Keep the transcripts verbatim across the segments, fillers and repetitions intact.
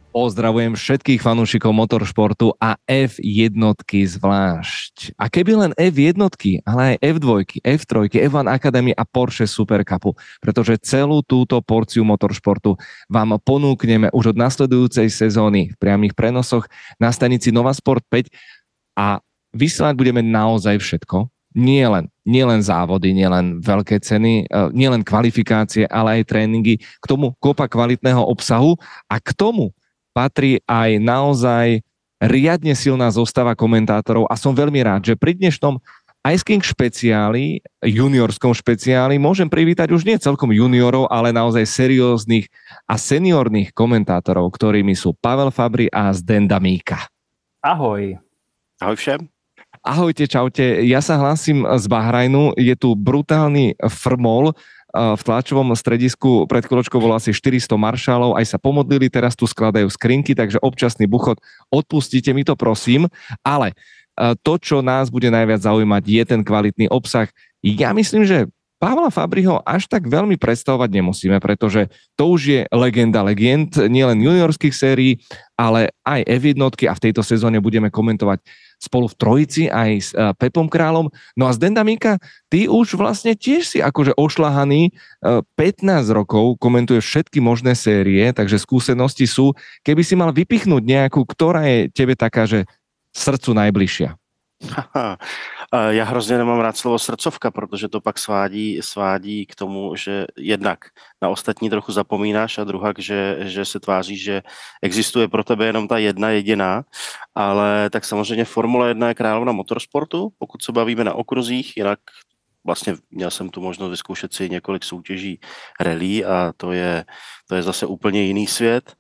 Pozdravujem všetkých fanúšikov motoršportu a ef jednotky zvlášť. A keby len ef jednotky, ale aj ef dva, ef tri, ef jeden Academy a Porsche Supercupu, pretože celú túto porciu motoršportu vám ponúkneme už od nasledujúcej sezóny v priamých prenosoch na stanici Nova Sport päť a vysielať budeme naozaj všetko. Nie len, nie len závody, nie len veľké ceny, nie len kvalifikácie, ale aj tréningy. K tomu kopa kvalitného obsahu a k tomu patrí aj naozaj riadne silná zostava komentátorov a som veľmi rád, že pri dnešnom Ice King špeciáli, juniorskom špeciáli, môžem privítať už nie celkom juniorov, ale naozaj serióznych a seniorných komentátorov, ktorými sú Pavel Fabry a Zdenda Míka. Ahoj. Ahoj všem. Ahojte, čaute. Ja sa hlásim z Bahrajnu. Je tu brutálny frmol. V tlačovom stredisku pred chvíľočkou bolo asi štyristo maršálov, aj sa pomodlili, teraz tu skladajú skrinky, takže občasný buchot, odpustite mi to prosím, ale to, čo nás bude najviac zaujímať, je ten kvalitný obsah. Ja myslím, že Pavla Fabryho až tak veľmi predstavovať nemusíme, pretože to už je legenda legend, nielen juniorských sérií, ale aj ef jednotky a v tejto sezóne budeme komentovať spolu v trojici aj s Pepom Králom. No a Zdenda Míka, ty už vlastne tiež si akože ošľahaný, pätnásť rokov komentuješ všetky možné série, takže skúsenosti sú. Keby si mal vypichnúť nejakú, ktorá je tebe taká, že srdcu najbližšia? Já hrozně nemám rád slovo srdcovka, protože to pak svádí, svádí k tomu, že jednak na ostatní trochu zapomínáš a druhak, že, že se tváříš, že existuje pro tebe jenom ta jedna jediná, ale tak samozřejmě Formule jedna je královna motorsportu, pokud se bavíme na okruzích, jinak vlastně měl jsem tu možnost vyzkoušet si několik soutěží rally a to je, to je zase úplně jiný svět,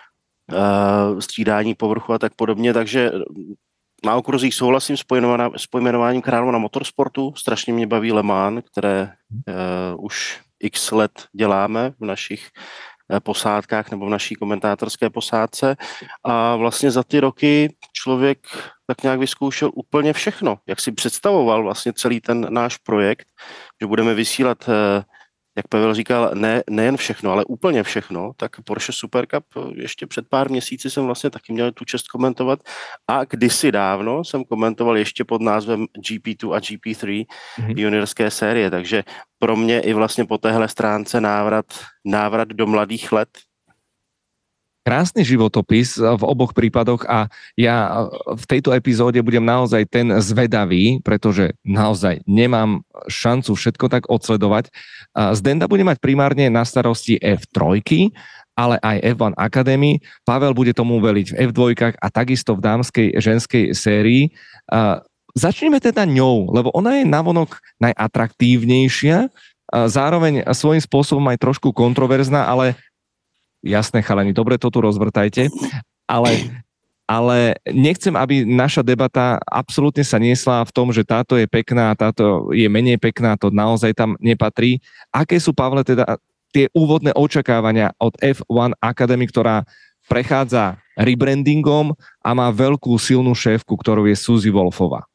střídání povrchu a tak podobně, takže na okruzích souhlasím s pojmenováním královna motorsportu. Strašně mě baví Le Mans, které uh, už x let děláme v našich uh, posádkách nebo v naší komentátorské posádce. A vlastně za ty roky člověk tak nějak vyzkoušel úplně všechno. Jak si představoval vlastně celý ten náš projekt, že budeme vysílat, uh, jak Pavel říkal, ne, nejen všechno, ale úplně všechno, tak Porsche Supercup ještě před pár měsíci jsem vlastně taky měl tu čest komentovat a kdysi dávno jsem komentoval ještě pod názvem G P dva a G P tři mm-hmm. juniorské série, takže pro mě i vlastně po téhle stránce návrat, návrat do mladých let. Krásny životopis v oboch prípadoch a ja v tejto epizóde budem naozaj ten zvedavý, pretože naozaj nemám šancu všetko tak odsledovať. Zdenda bude mať primárne na starosti ef tri, ale aj ef jeden Academy. Pavel bude tomu veliť v ef dva a takisto v dámskej ženskej sérii. Začneme teda ňou, lebo ona je navonok najatraktívnejšia, zároveň svojím spôsobom aj trošku kontroverzná, ale jasné, chalani, dobre to tu rozvrtajte, ale, ale nechcem, aby naša debata absolútne sa niesla v tom, že táto je pekná a táto je menej pekná, to naozaj tam nepatrí. Aké sú, Pavle, teda tie úvodné očakávania od ef jeden Academy, ktorá prechádza rebrandingom a má veľkú silnú šéfku, ktorou je Suzy Wolfová?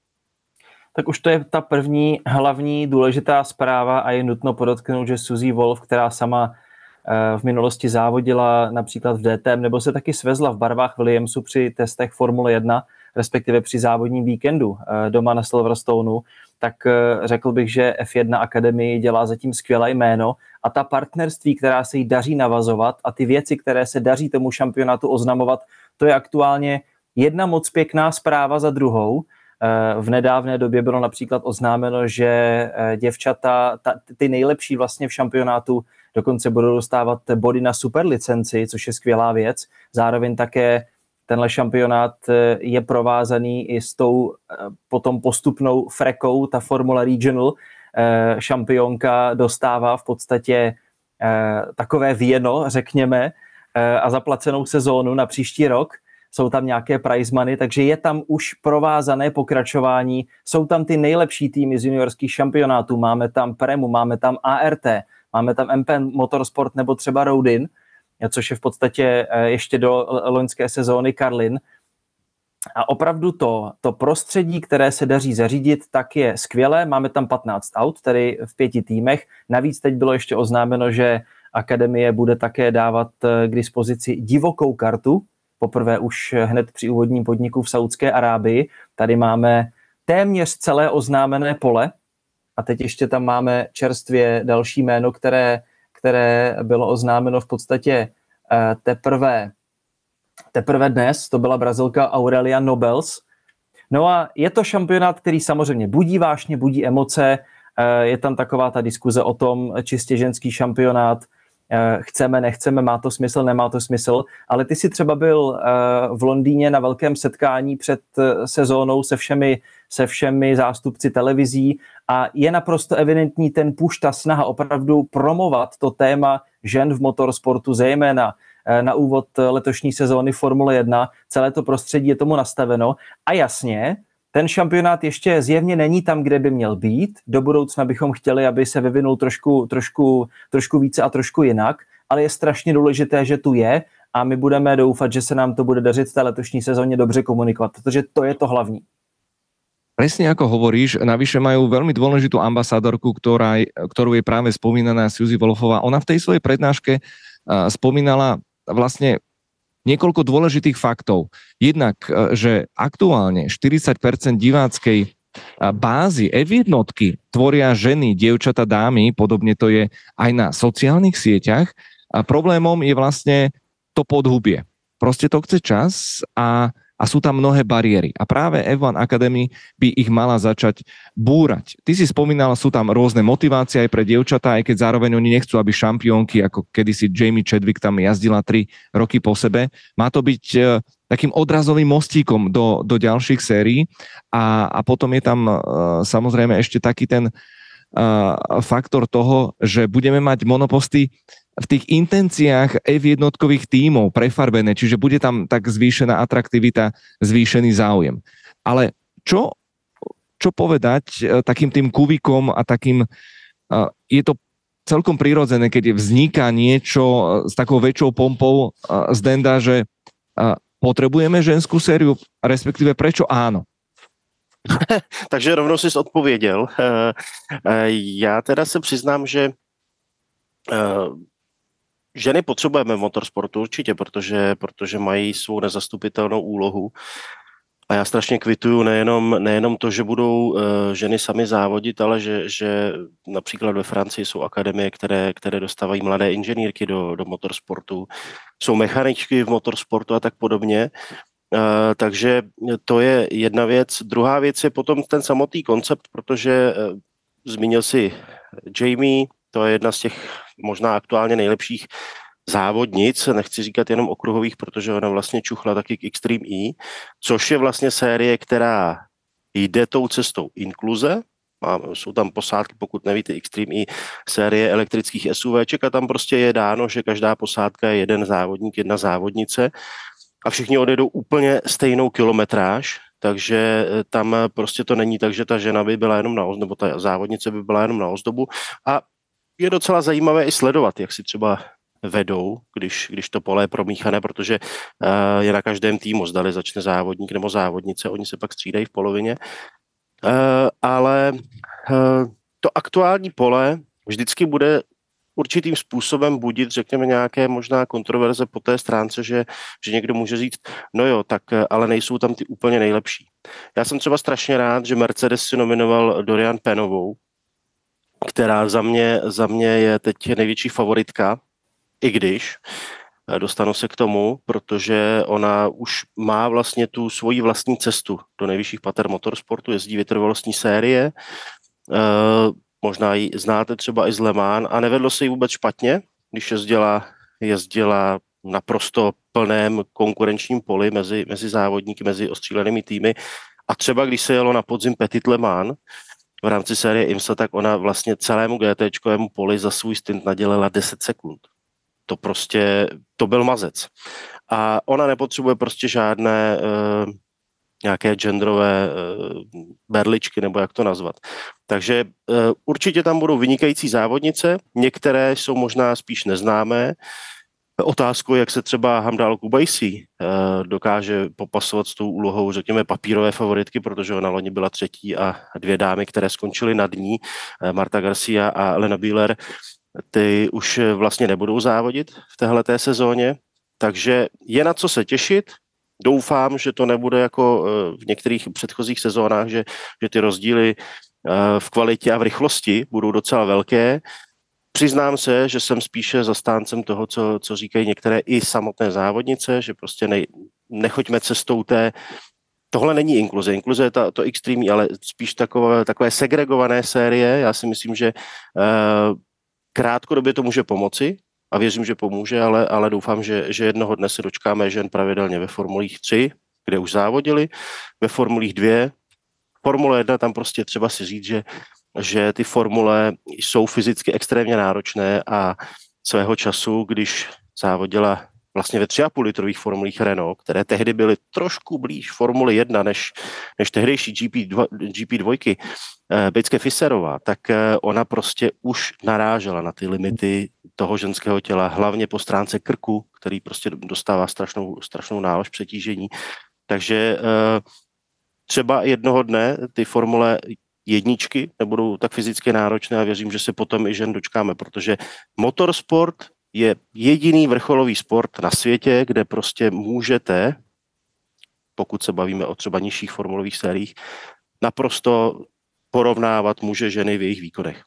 Tak už to je ta první hlavní důležitá zpráva a je nutno podotknout, že Suzy Wolf, která sama v minulosti závodila například v dé té em nebo se taky svezla v barvách Williamsu při testech Formule jedna, respektive při závodním víkendu doma na Silverstoneu, tak řekl bych, že ef jedna Academy dělá zatím skvělé jméno a ta partnerství, která se jí daří navazovat a ty věci, které se daří tomu šampionátu oznamovat, to je aktuálně jedna moc pěkná zpráva za druhou. V nedávné době bylo například oznámeno, že děvčata, ta, ty nejlepší vlastně v šampionátu dokonce budou dostávat body na superlicenci, což je skvělá věc. Zároveň také tenhle šampionát je provázaný i s tou potom postupnou frekou, ta Formula Regional šampionka dostává v podstatě takové věno, řekněme, a zaplacenou sezónu na příští rok. Jsou tam nějaké prize money, takže je tam už provázané pokračování. Jsou tam ty nejlepší týmy z juniorských šampionátů. Máme tam Premu, máme tam á er té, máme tam em pé Motorsport nebo třeba Rodin, což je v podstatě ještě do loňské sezóny Carlin. A opravdu to, to prostředí, které se daří zařídit, tak je skvělé. Máme tam patnáct aut, tedy v pěti týmech. Navíc teď bylo ještě oznámeno, že akademie bude také dávat k dispozici divokou kartu, poprvé už hned při úvodním podniku v Saúdské Arábii. Tady máme téměř celé oznámené pole a teď ještě tam máme čerstvě další jméno, které, které bylo oznámeno v podstatě teprve, teprve dnes. To byla Brazilka Aurelia Nobles. No a je to šampionát, který samozřejmě budí vášně, budí emoce. Je tam taková ta diskuze o tom, čistě ženský šampionát, chceme, nechceme, má to smysl, nemá to smysl, ale ty si třeba byl v Londýně na velkém setkání před sezónou se všemi, se všemi zástupci televizí a je naprosto evidentní ten push, ta snaha opravdu promovat to téma žen v motorsportu, zejména na úvod letošní sezóny Formule jedna. Celé to prostředí je tomu nastaveno a jasně, ten šampionát ještě zjevně není tam, kde by měl být. Do budoucna bychom chtěli, aby se vyvinul trošku, trošku, trošku více a trošku jinak, ale je strašně důležité, že tu je a my budeme doufat, že se nám to bude dařit v té letošní sezóně dobře komunikovat, protože to je to hlavní. Presne ako hovoríš, navyše majú veľmi dôležitú ambasádorku, ktorá, ktorú je práve spomínaná Suzy Wolffová. Ona v tej svojej prednáške uh, spomínala vlastne niekoľko dôležitých faktov. Jednak, že aktuálne štyridsať percent diváckej bázy ef jednotky tvoria ženy, dievčata, dámy, podobne to je aj na sociálnych sieťach. A problémom je vlastne to podhubie. Proste to chce čas a a sú tam mnohé bariéry. A práve ef jeden Academy by ich mala začať búrať. Ty si spomínala, sú tam rôzne motivácie aj pre dievčatá, aj keď zároveň oni nechcú, aby šampiónky, ako kedysi Jamie Chadwick tam jazdila tri roky po sebe. Má to byť uh, takým odrazovým mostíkom do, do ďalších sérií. A, a potom je tam uh, samozrejme ešte taký ten uh, faktor toho, že budeme mať monoposty v tých intenciách ef jednotkových tímov prefarbené, čiže bude tam tak zvýšená atraktivita, zvýšený záujem. Ale čo, čo povedať takým tým kubikom a takým, je to celkom prirodzené, keď vzniká niečo s takou väčšou pompou z Denda, že potrebujeme ženskú sériu, respektíve prečo áno? Takže rovnou jsi odpověděl. Já teda se přiznám, že ženy potřebujeme v motorsportu určitě, protože, protože mají svou nezastupitelnou úlohu. A já strašně kvituju nejenom, nejenom to, že budou uh, ženy sami závodit, ale že, že například ve Francii jsou akademie, které, které dostávají mladé inženýrky do, do motorsportu. Jsou mechaničky v motorsportu a tak podobně. Uh, takže to je jedna věc. Druhá věc je potom ten samotný koncept, protože uh, zmínil si Jamie, to je jedna z těch možná aktuálně nejlepších závodnic, nechci říkat jenom okruhových, protože ona vlastně čuchla taky k Extreme E, což je vlastně série, která jde tou cestou inkluze. Jsou tam posádky, pokud nevíte, Extreme E, série elektrických SUVček a tam prostě je dáno, že každá posádka je jeden závodník, jedna závodnice a všichni odjedou úplně stejnou kilometráž. Takže tam prostě to není tak, že ta žena by byla jenom na ozdobu, nebo ta závodnice by byla jenom na ozdobu a je docela zajímavé i sledovat, jak si třeba vedou, když, když to pole je promíchané, protože uh, je na každém týmu, zdali začne závodník nebo závodnice, oni se pak střídají v polovině. Uh, ale uh, to aktuální pole vždycky bude určitým způsobem budit, řekněme, nějaké možná kontroverze po té stránce, že, že někdo může říct, no jo, tak ale nejsou tam ty úplně nejlepší. Já jsem třeba strašně rád, že Mercedes si nominoval Dorian Penovou, která za mě, za mě je teď největší favoritka, i když dostanu se k tomu, protože ona už má vlastně tu svoji vlastní cestu do nejvyšších pater motorsportu, jezdí vytrvalostní série, e, možná ji znáte třeba i z Le Mans a nevedlo se jí vůbec špatně, když jezdila, jezdila naprosto plném konkurenčním poli mezi, mezi závodníky, mezi ostřílenými týmy a třeba když se jelo na podzim Petit Le Mans, v rámci série IMSA, tak ona vlastně celému GTčkovému poli za svůj stint nadělila deset sekund. To prostě, to byl mazec. A ona nepotřebuje prostě žádné uh, nějaké genderové uh, berličky, nebo jak to nazvat. Takže uh, určitě tam budou vynikající závodnice, některé jsou možná spíš neznámé. Otázkou, jak se třeba Hamdal Kubaisi uh, dokáže popasovat s tou úlohou, řekněme, papírové favoritky, protože ona loni byla třetí a dvě dámy, které skončily nad ní, uh, Marta Garcia a Lena Bühler, ty už vlastně nebudou závodit v téhleté sezóně, takže je na co se těšit. Doufám, že to nebude jako v některých předchozích sezónách, že, že ty rozdíly v kvalitě a v rychlosti budou docela velké. Přiznám se, že jsem spíše zastáncem toho, co, co říkají některé i samotné závodnice, že prostě ne, nechoďme cestou té. Tohle není inkluze. Inkluze je ta, to extrémní, ale spíš takové, takové segregované série. Já si myslím, že uh, krátkodobě to může pomoci a věřím, že pomůže, ale, ale doufám, že, že jednoho dne se dočkáme žen pravidelně ve Formulích tři, kde už závodili, ve Formulích dva. Formule jedna, tam prostě třeba si říct, že, že ty formule jsou fyzicky extrémně náročné a svého času, když závodila vlastně ve tři a půl litrových formulích Renault, které tehdy byly trošku blíž Formule jedna než, než tehdejší G P dva, G P dva eh, Bejtské Fiserová, tak eh, ona prostě už narážela na ty limity toho ženského těla, hlavně po stránce krku, který prostě dostává strašnou, strašnou nálož přetížení. Takže eh, třeba jednoho dne ty formule jedničky nebudou tak fyzicky náročné a věřím, že se potom i žen dočkáme, protože motorsport je jediný vrcholový sport na světě, kde prostě můžete, pokud se bavíme o třeba nižších formulových sériích, naprosto porovnávat muže ženy v jejich výkonech.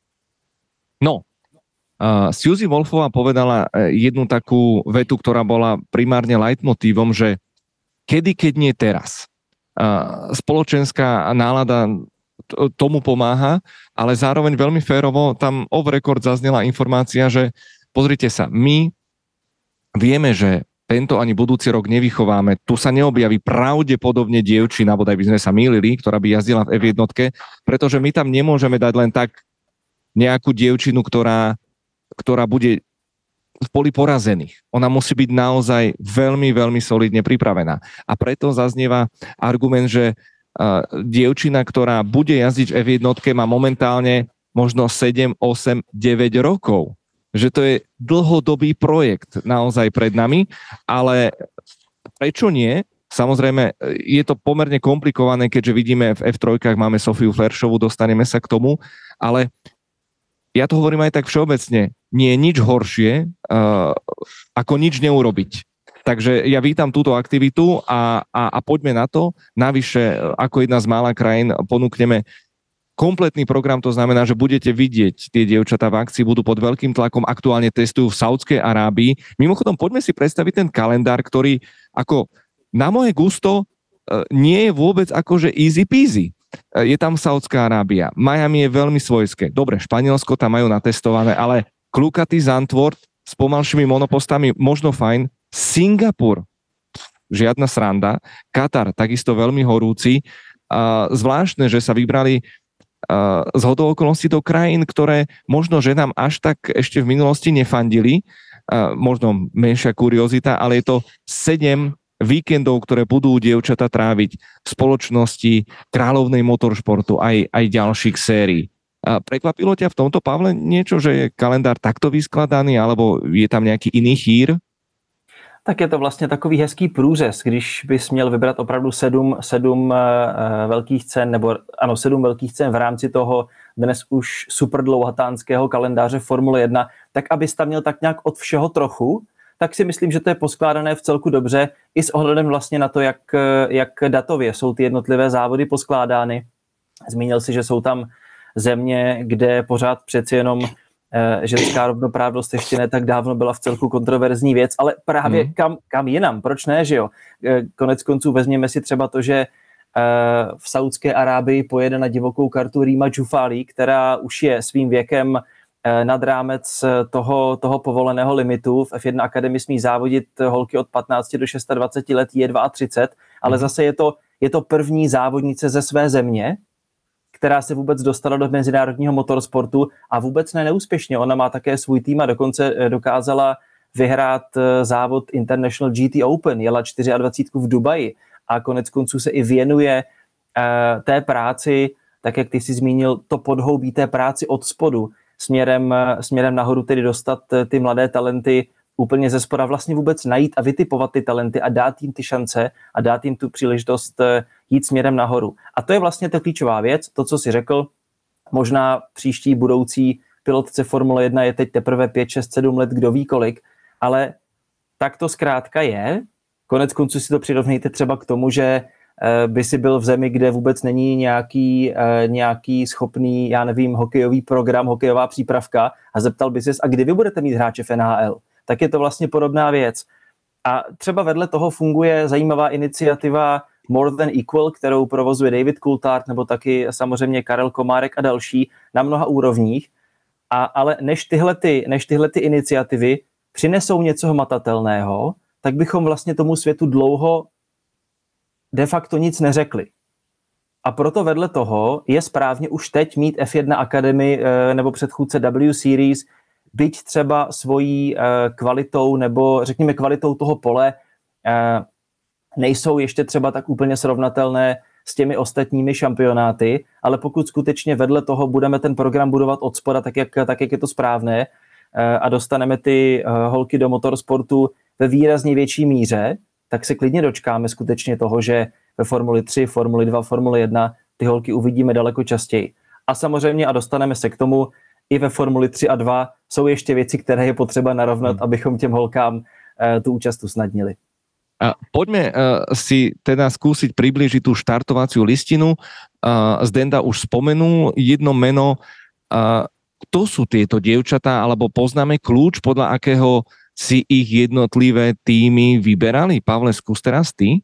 No, uh, Suzy Wolfová povedala jednu takú vetu, ktorá bola primárne leitmotívom, že kedy, keď nie teraz. Uh, spoločenská nálada tomu pomáha, ale zároveň veľmi férovo tam off record zaznela informácia, že pozrite sa, my vieme, že tento ani budúci rok nevychováme, tu sa neobjaví pravdepodobne dievčina, bodaj by sme sa mýlili, ktorá by jazdila v ef jedna, pretože my tam nemôžeme dať len tak nejakú dievčinu, ktorá, ktorá bude v poli porazených. Ona musí byť naozaj veľmi, veľmi solidne pripravená. A preto zaznieva argument, že uh, dievčina, ktorá bude jazdiť v ef jedna, má momentálne možno sedem, osem, deväť rokov. Že to je dlhodobý projekt naozaj pred nami, ale prečo nie? Samozrejme, je to pomerne komplikované, keďže vidíme v ef tri máme Sofiu Fleršovu, dostaneme sa k tomu, ale ja to hovorím aj tak všeobecne, nie je nič horšie, uh, ako nič neurobiť. Takže ja vítam túto aktivitu a, a, a poďme na to. Navyše, ako jedna z mála krajín ponúkneme kompletný program, to znamená, že budete vidieť tie dievčatá v akcii, budú pod veľkým tlakom, aktuálne testujú v Saudskej Arábii. Mimochodom, poďme si predstaviť ten kalendár, ktorý ako na moje gusto nie je vôbec akože easy peasy. Je tam Saudská Arábia, Miami je veľmi svojské. Dobre, Španielsko tam majú natestované, ale klukatý Zandvoort s pomalšími monopostami možno fajn. Singapur, žiadna sranda. Katar, takisto veľmi horúci. Zvláštne, že sa vybrali z hodou okolností do krajín, ktoré možno, že nám až tak ešte v minulosti nefandili, možno menšia kuriozita, ale je to sedem víkendov, ktoré budú dievčata tráviť v spoločnosti kráľovnej motoršportu aj, aj ďalších sérií. Prekvapilo ťa v tomto, Pavle, niečo, že je kalendár takto vyskladaný, alebo je tam nejaký iný chýr? Tak je to vlastně takový hezký průřez, když bys měl vybrat opravdu sedm, sedm uh, velkých cen, nebo ano, sedm velkých cen v rámci toho dnes už super dlouhatánského kalendáře Formule jedna, tak abys tam měl tak nějak od všeho trochu, tak si myslím, že to je poskládané v celku dobře i s ohledem vlastně na to, jak, jak datově jsou ty jednotlivé závody poskládány. Zmínil si, že jsou tam země, kde pořád přeci jenom ženská rovnoprávnost ještě ne tak dávno byla v celku kontroverzní věc, ale právě hmm. kam, kam jinam, proč ne, že jo? Konec konců vezměme si třeba to, že v Saudské Arábii pojede na divokou kartu Rima Džufali, která už je svým věkem nad rámec toho, toho povoleného limitu. V ef jedna Academy smí závodit holky od patnácti do dvaceti šesti let, je třicet dva, ale hmm. zase je to, je to první závodnice ze své země, která se vůbec dostala do mezinárodního motorsportu a vůbec ne neúspěšně. Ona má také svůj tým a dokonce dokázala vyhrát závod International G T Open, jela dvacet čtyři v Dubaji a konec konců se i věnuje uh, té práci, tak jak ty jsi zmínil, to podhoubí té práci od spodu, směrem, směrem nahoru tedy dostat ty mladé talenty úplně ze spoda, vlastně vůbec najít a vytipovat ty talenty a dát jim ty šance a dát jim tu příležitost jít směrem nahoru. A to je vlastně ta klíčová věc, to, co jsi řekl, možná příští budoucí pilotce Formule jedna je teď teprve pět, šest, sedm let, kdo ví kolik, ale tak to zkrátka je. Konec konců si to přirovnejte třeba k tomu, že by si byl v zemi, kde vůbec není nějaký, nějaký schopný, já nevím, hokejový program, hokejová přípravka a zeptal by ses, a kdy vy budete mít hráče v N H L? Tak je to vlastně podobná věc. A třeba vedle toho funguje zajímavá iniciativa More Than Equal, kterou provozuje David Coulthard nebo taky samozřejmě Karel Komárek a další na mnoha úrovních. A, ale než tyhle, ty, než tyhle ty iniciativy přinesou něco hmatatelného, tak bychom vlastně tomu světu dlouho de facto nic neřekli. A proto vedle toho je správně už teď mít F jedna Academy nebo předchůdce W Series, byť třeba svojí kvalitou nebo řekněme kvalitou toho pole nejsou ještě třeba tak úplně srovnatelné s těmi ostatními šampionáty, ale pokud skutečně vedle toho budeme ten program budovat od spoda, tak jak, tak jak je to správné a dostaneme ty holky do motorsportu ve výrazně větší míře, tak se klidně dočkáme skutečně toho, že ve Formuli tři, Formuli dva, Formuli jedna ty holky uvidíme daleko častěji. A samozřejmě, a dostaneme se k tomu, i ve Formuli tři a dva jsou ještě věci, které je potřeba narovnat, hmm. abychom těm holkám uh, tu účast usnadnili. A poďme uh, si teda skúsiť priblížiť tú štartovaciu listinu. Uh, Zdenda už spomenul jedno meno. Uh, kto sú tieto dievčatá, alebo poznáme kľúč, podľa akého si ich jednotlivé týmy vyberali? Pavle, skús teraz ty.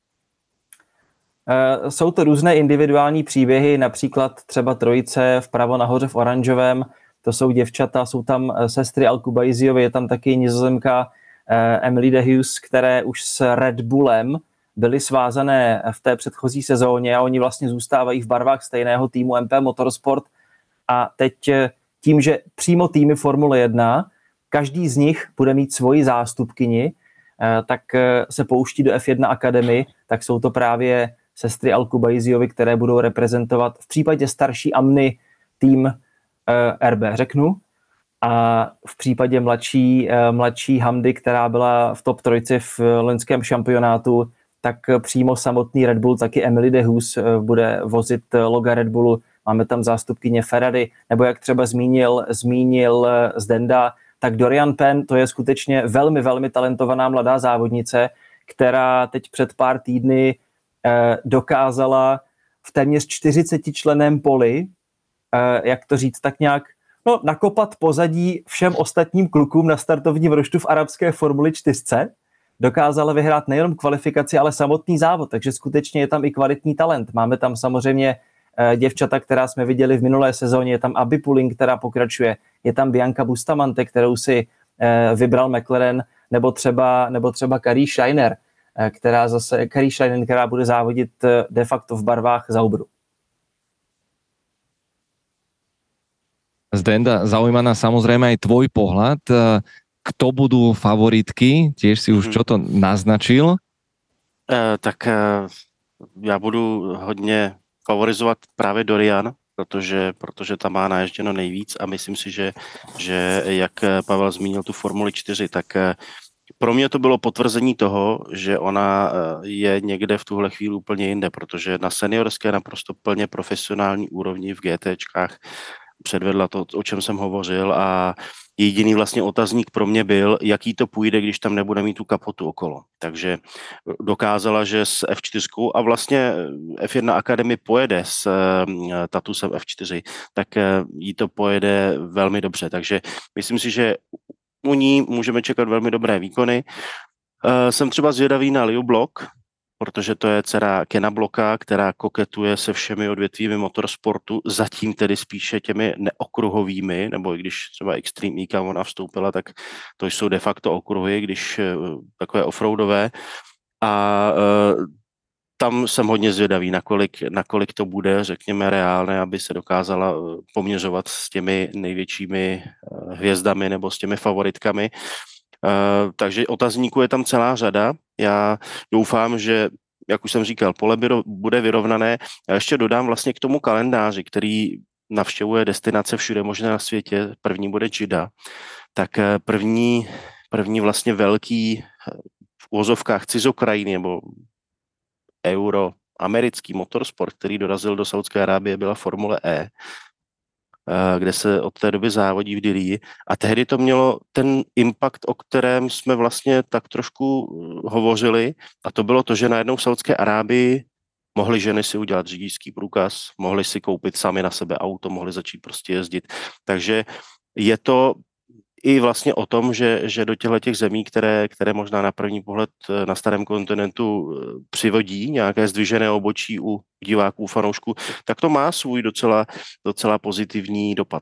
Uh, jsou to různé individuální příběhy, například třeba trojice vpravo nahoře v oranžovém, to jsou děvčata, jsou tam sestry Alkubaiziovi, je tam taky nizozemka uh, Emily de Hughes, které už s Red Bullem byly svázané v té předchozí sezóně a oni vlastně zůstávají v barvách stejného týmu M P Motorsport a teď tím, že přímo týmy Formule jedna, každý z nich bude mít svoji zástupkyni, uh, tak uh, se pouští do F jedna Academy, tak jsou to právě sestry Alkubaiziovi, které budou reprezentovat v případě starší Amny tým uh, R B řeknu a v případě mladší, uh, mladší Hamdy, která byla v top trojce v loňském šampionátu, tak přímo samotný Red Bull, taky Emily de Hughes uh, bude vozit loga Red Bullu. Máme tam zástupkyně Ferrari, nebo jak třeba zmínil, zmínil uh, Zdenda, tak Dorian Penn, to je skutečně velmi, velmi talentovaná mladá závodnice, která teď před pár týdny dokázala v téměř čtyřicetičlenném poli, jak to říct, tak nějak no, nakopat pozadí všem ostatním klukům na startovním roštu v arabské Formuli čtyři. Dokázala vyhrát nejenom kvalifikaci, ale samotný závod, takže skutečně je tam i kvalitní talent. Máme tam samozřejmě děvčata, která jsme viděli v minulé sezóně, je tam Abby Pulling, která pokračuje, je tam Bianca Bustamante, kterou si vybral McLaren, nebo třeba, nebo třeba Carrie Scheiner, která zase, Carrie Scheiner, která bude závodit de facto v barvách Sauberu. Zdenda, zaujíma nás samozrejme aj tvoj pohľad. Kto budú favoritky? Tiež si už čo to naznačil? Uh, tak uh, já budu hodně favorizovat právě Dorian, protože, protože tam má naježděno nejvíc a myslím si, že, že jak Pavel zmínil tu Formuli čtyři, tak uh, pro mě to bylo potvrzení toho, že ona je někde v tuhle chvíli úplně jinde, protože na seniorské naprosto plně profesionální úrovni v GTčkách předvedla to, o čem jsem hovořil a jediný vlastně otazník pro mě byl, jaký to půjde, když tam nebude mít tu kapotu okolo. Takže dokázala, že s F čtyři a vlastně F jedna Academy pojede s Tatusem F čtyři, tak jí to pojede velmi dobře. Takže myslím si, že u ní můžeme čekat velmi dobré výkony. Jsem třeba zvědavý na Liu Block, protože to je dcera Kena Blocka, která koketuje se všemi odvětvími motorsportu, zatím tedy spíše těmi neokruhovými, nebo i když třeba Extreme E, kam ona vstoupila, tak to jsou de facto okruhy, když takové offroadové. A e, tam jsem hodně zvědavý, nakolik, nakolik to bude, řekněme, reálné, aby se dokázala poměřovat s těmi největšími hvězdami nebo s těmi favoritkami. Uh, takže otazníků je tam celá řada. Já doufám, že, jak už jsem říkal, pole bude vyrovnané. Já ještě dodám vlastně k tomu kalendáři, který navštěvuje destinace všude možné na světě. První bude Jeddah. Tak první, první vlastně velký v uvozovkách cizokrajiny nebo euro americký motorsport, který dorazil do Saudské Arábie, byla Formule E. kde se od té doby závodí v Dilii. A tehdy to mělo ten impact, o kterém jsme vlastně tak trošku hovořili, a to bylo to, že najednou v Saudské Arábii mohly ženy si udělat řidičský průkaz, mohly si koupit sami na sebe auto, mohly začít prostě jezdit. Takže je to i vlastně o tom, že, že do těchto těch zemí, které, které možná na první pohled na starém kontinentu přivodí nějaké zdvižené obočí u diváků, fanoušků, tak to má svůj docela, docela pozitivní dopad.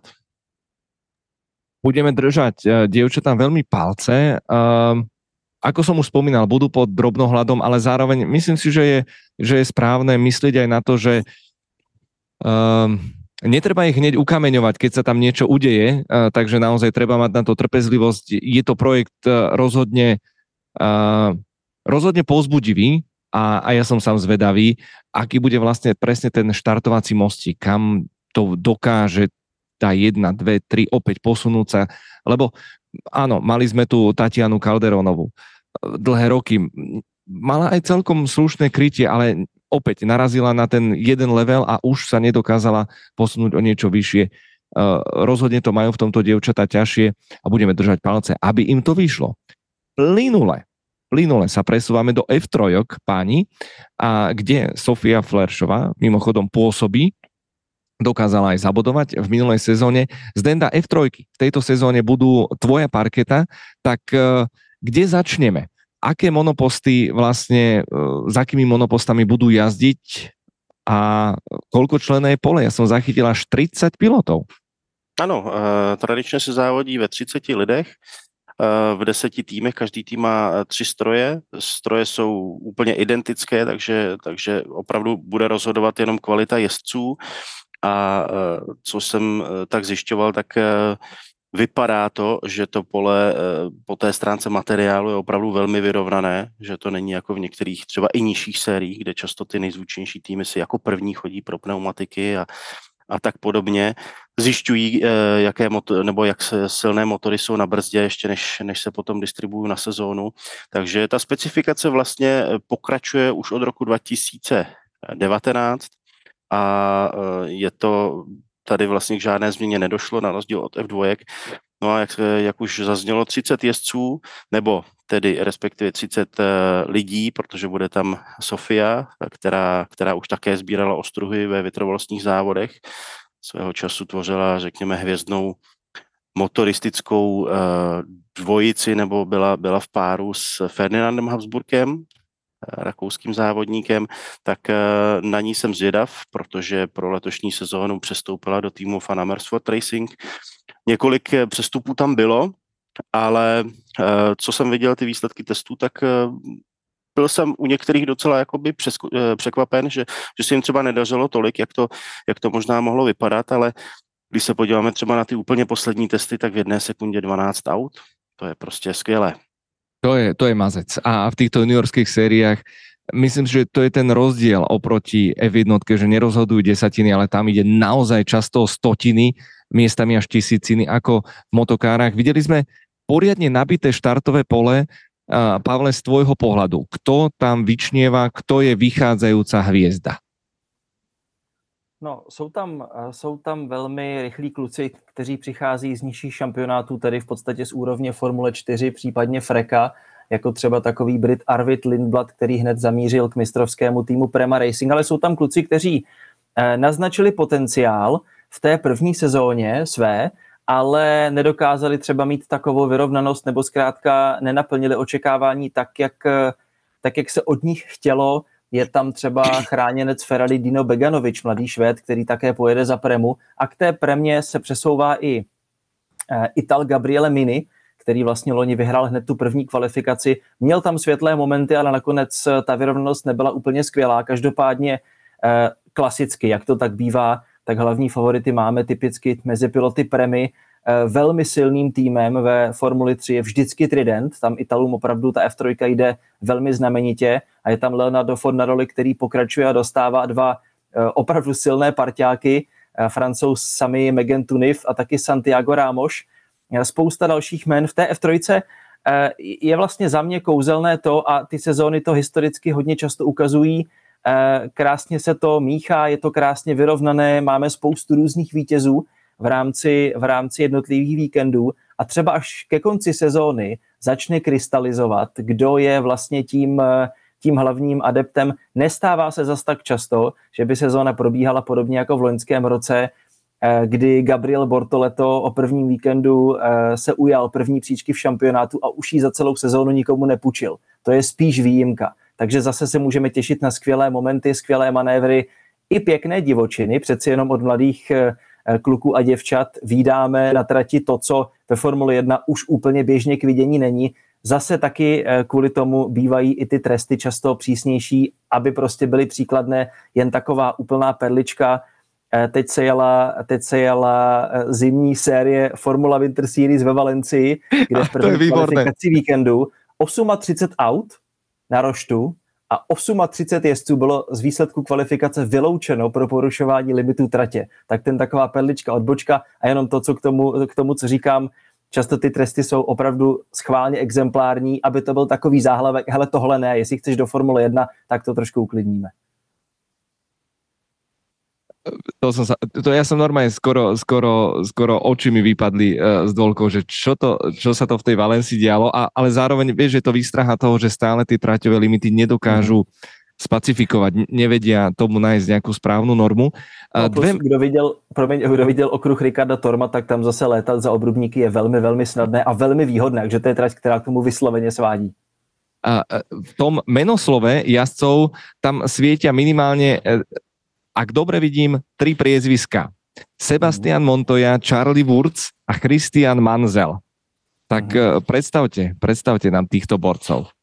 Budeme držať dievčatám veľmi palce. Um, ako som už spomínal, budú pod drobnohľadom, ale zároveň myslím si, že je, že je správne myslieť aj na to, že um, netreba ich hneď ukameňovať, keď sa tam niečo udeje, uh, takže naozaj treba mať na to trpezlivosť. Je to projekt uh, rozhodne, uh, rozhodne povzbudivý a, a ja som sám zvedavý, aký bude vlastne presne ten štartovací mostík, kam to dokáže tá jedna, dve, tri, opäť posunúť sa, lebo áno, mali sme tu Tatianu Calderonovú dlhé roky, mala aj celkom slušné krytie, ale opäť narazila na ten jeden level a už sa nedokázala posunúť o niečo vyššie. Rozhodne to majú v tomto dievčatá ťažšie a budeme držať palce, aby im to vyšlo. Plynule, plynule sa presúvame do ef tri, páni, a kde Sofia Fleršová mimochodom pôsobí, dokázala aj zabodovať v minulej sezóne. Zdenda, ef tri v tejto sezóne budú tvoja parketa, tak kde začneme? Aké monoposty vlastne, s akými monopostami budú jazdiť a koľko členné je pole? Ja som zachytil až tridsať pilotov. Ano, tradičně se závodí ve třiceti lidech, v deseti týmech, každý tým má tři stroje, stroje jsou úplně identické, takže, takže opravdu bude rozhodovat jenom kvalita jezdců. A co jsem tak zjišťoval, tak vypadá to, že to pole po té stránce materiálu je opravdu velmi vyrovnané, že to není jako v některých třeba i nižších sériích, kde často ty nejzvučnější týmy si jako první chodí pro pneumatiky a, a tak podobně. Zjišťují, jaké motor, nebo jak silné motory jsou na brzdě, ještě než, než se potom distribuují na sezónu. Takže ta specifikace vlastně pokračuje už od roku dva tisíce devatenáct. A je to, tady vlastně k žádné změně nedošlo, na rozdíl od ef dva. No a jak, jak už zaznělo, třicet jezdců, nebo tedy respektive třicet lidí, protože bude tam Sofia, která, která už také sbírala ostruhy ve vytrvalostních závodech. Svého času tvořila, řekněme, hvězdnou motoristickou dvojici, nebo byla, byla v páru s Ferdinandem Habsburgem, rakouským závodníkem, tak na ní jsem zvědav, protože pro letošní sezónu přestoupila do týmu Fan Amersfoort Racing. Několik přestupů tam bylo, ale co jsem viděl ty výsledky testů, tak byl jsem u některých docela jakoby překvapen, že, že se jim třeba nedařilo tolik, jak to, jak to možná mohlo vypadat, ale když se podíváme třeba na ty úplně poslední testy, tak v jedné sekundě dvanáct aut, to je prostě skvělé. To je, to je mazec. A v týchto juniorských sériách myslím, že to je ten rozdiel oproti ef jedna, že nerozhodujú desatiny, ale tam ide naozaj často stotiny, miestami až tisíciny, ako v motokárach. Videli sme poriadne nabité štartové pole. Pavle, z tvojho pohľadu, kto tam vyčnieva, kto je vychádzajúca hviezda? No, jsou tam, jsou tam velmi rychlí kluci, kteří přichází z nižších šampionátů, tedy v podstatě z úrovně Formule čtyři, případně Freka, jako třeba takový Brit Arvid Lindblad, který hned zamířil k mistrovskému týmu Prema Racing, ale jsou tam kluci, kteří eh, naznačili potenciál v té první sezóně své, ale nedokázali třeba mít takovou vyrovnanost nebo zkrátka nenaplnili očekávání tak, jak, tak, jak se od nich chtělo. Je tam třeba chráněnec Ferrari Dino Beganovič, mladý Švéd, který také pojede za Premu. A k té Premě se přesouvá i Ital Gabriele Mini, který vlastně loni vyhrál hned tu první kvalifikaci. Měl tam světlé momenty, ale nakonec ta vyrovnanost nebyla úplně skvělá. Každopádně klasicky, jak to tak bývá, tak hlavní favority máme typicky mezi piloty Premy. Velmi silným týmem ve Formuli tři je vždycky Trident, tam Italům opravdu ta ef tři jde velmi znamenitě a je tam Leonardo Fornaroli, který pokračuje a dostává dva opravdu silné parťáky, Francouz Sami Megan Tunif a taky Santiago Ramos. Spousta dalších jmen v té ef tři je vlastně za mě kouzelné to a ty sezóny to historicky hodně často ukazují. Krásně se to míchá, je to krásně vyrovnané, máme spoustu různých vítězů. v rámci, v rámci jednotlivých víkendů a třeba až ke konci sezóny začne krystalizovat, kdo je vlastně tím, tím hlavním adeptem. Nestává se zas tak často, že by sezóna probíhala podobně jako v loňském roce, kdy Gabriel Bortoleto o prvním víkendu se ujal první příčky v šampionátu a už ji za celou sezónu nikomu nepůjčil. To je spíš výjimka. Takže zase se můžeme těšit na skvělé momenty, skvělé manévry i pěkné divočiny. Přeci jenom od mladých kluků a děvčat vídáme na trati to, co ve Formuli jedna už úplně běžně k vidění není. Zase taky kvůli tomu bývají i ty tresty často přísnější, aby prostě byly příkladné. Jen taková úplná perlička. Teď se jela, teď se jela zimní série Formula Winter Series ve Valencii, kde v první kvalifikaci víkendu třicet osm aut na roštu a třicet osm jezdců bylo z výsledku kvalifikace vyloučeno pro porušování limitů tratě. Tak ten taková perlička, odbočka a jenom to, co k tomu, k tomu, co říkám, často ty tresty jsou opravdu schválně exemplární, aby to byl takový záhlavek, hele tohle ne, jestli chceš do Formule jedna, tak to trošku uklidníme. To, som sa, to ja som normálne skoro, skoro, skoro oči mi vypadli uh, z dôlkov, že čo, to, čo sa to v tej Valencii dialo, a, ale zároveň vieš, že to výstraha toho, že stále tie traťové limity nedokážu mm. spacifikovať, nevedia tomu nájsť nejakú správnu normu. No, plus, Dve... kdo, viděl, promiň, kdo viděl okruh Ricarda Torma, tak tam zase létat za obrubníky je velmi, velmi snadné a velmi výhodné, takže to je trať, která k tomu vysloveně svádí. A v tom menoslove jazdcov tam svietia minimálne, ak dobre vidím, tri priezviska. Sebastian Montoya, Charlie Wurz a Christian Manzel. Tak mm. predstavte, predstavte nám týchto borcov.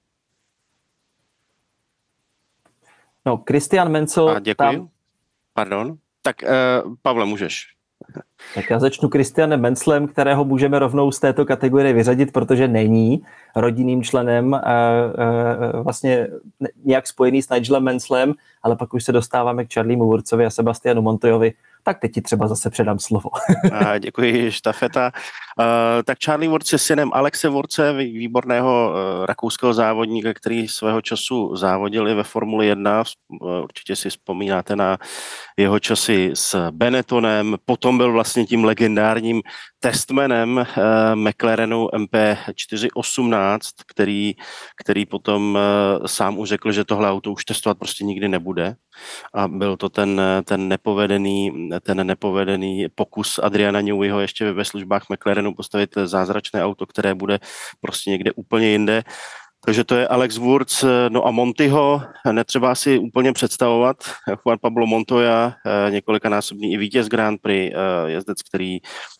No, Christian Menzel... A děkuji. Tam... Pardon. Tak, uh, Pavle, můžeš. Tak já začnu Christianem Menzlem, kterého můžeme rovnou z této kategorie vyřadit, protože není rodinným členem uh, uh, vlastně nějak spojený s Nigelem Menzlem, ale pak už se dostáváme k Charliemu Wurzovi a Sebastianu Montoyovi. Tak teď ti třeba zase předám slovo. A děkuji, štafeta. Uh, tak Charlie Wurz je synem Alexe Wurze, výborného uh, rakouského závodníka, který svého času závodil i ve Formuli jedna. Uh, určitě si vzpomínáte na jeho časy s Benettonem. Potom byl vlastně tím legendárním testmanem uh, McLarenu M P čtyři osmnáct, který, který potom uh, sám už řekl, že tohle auto už testovat prostě nikdy nebude. A byl to ten, ten nepovedený ten nepovedený pokus Adriana Neweyho ještě ve službách McLarenu postavit zázračné auto, které bude prostě někde úplně jinde. Takže to je Alex Wurz. No a Montyho netřeba si úplně představovat. Juan Pablo Montoya, několikanásobný i vítěz Grand Prix, jezdec, který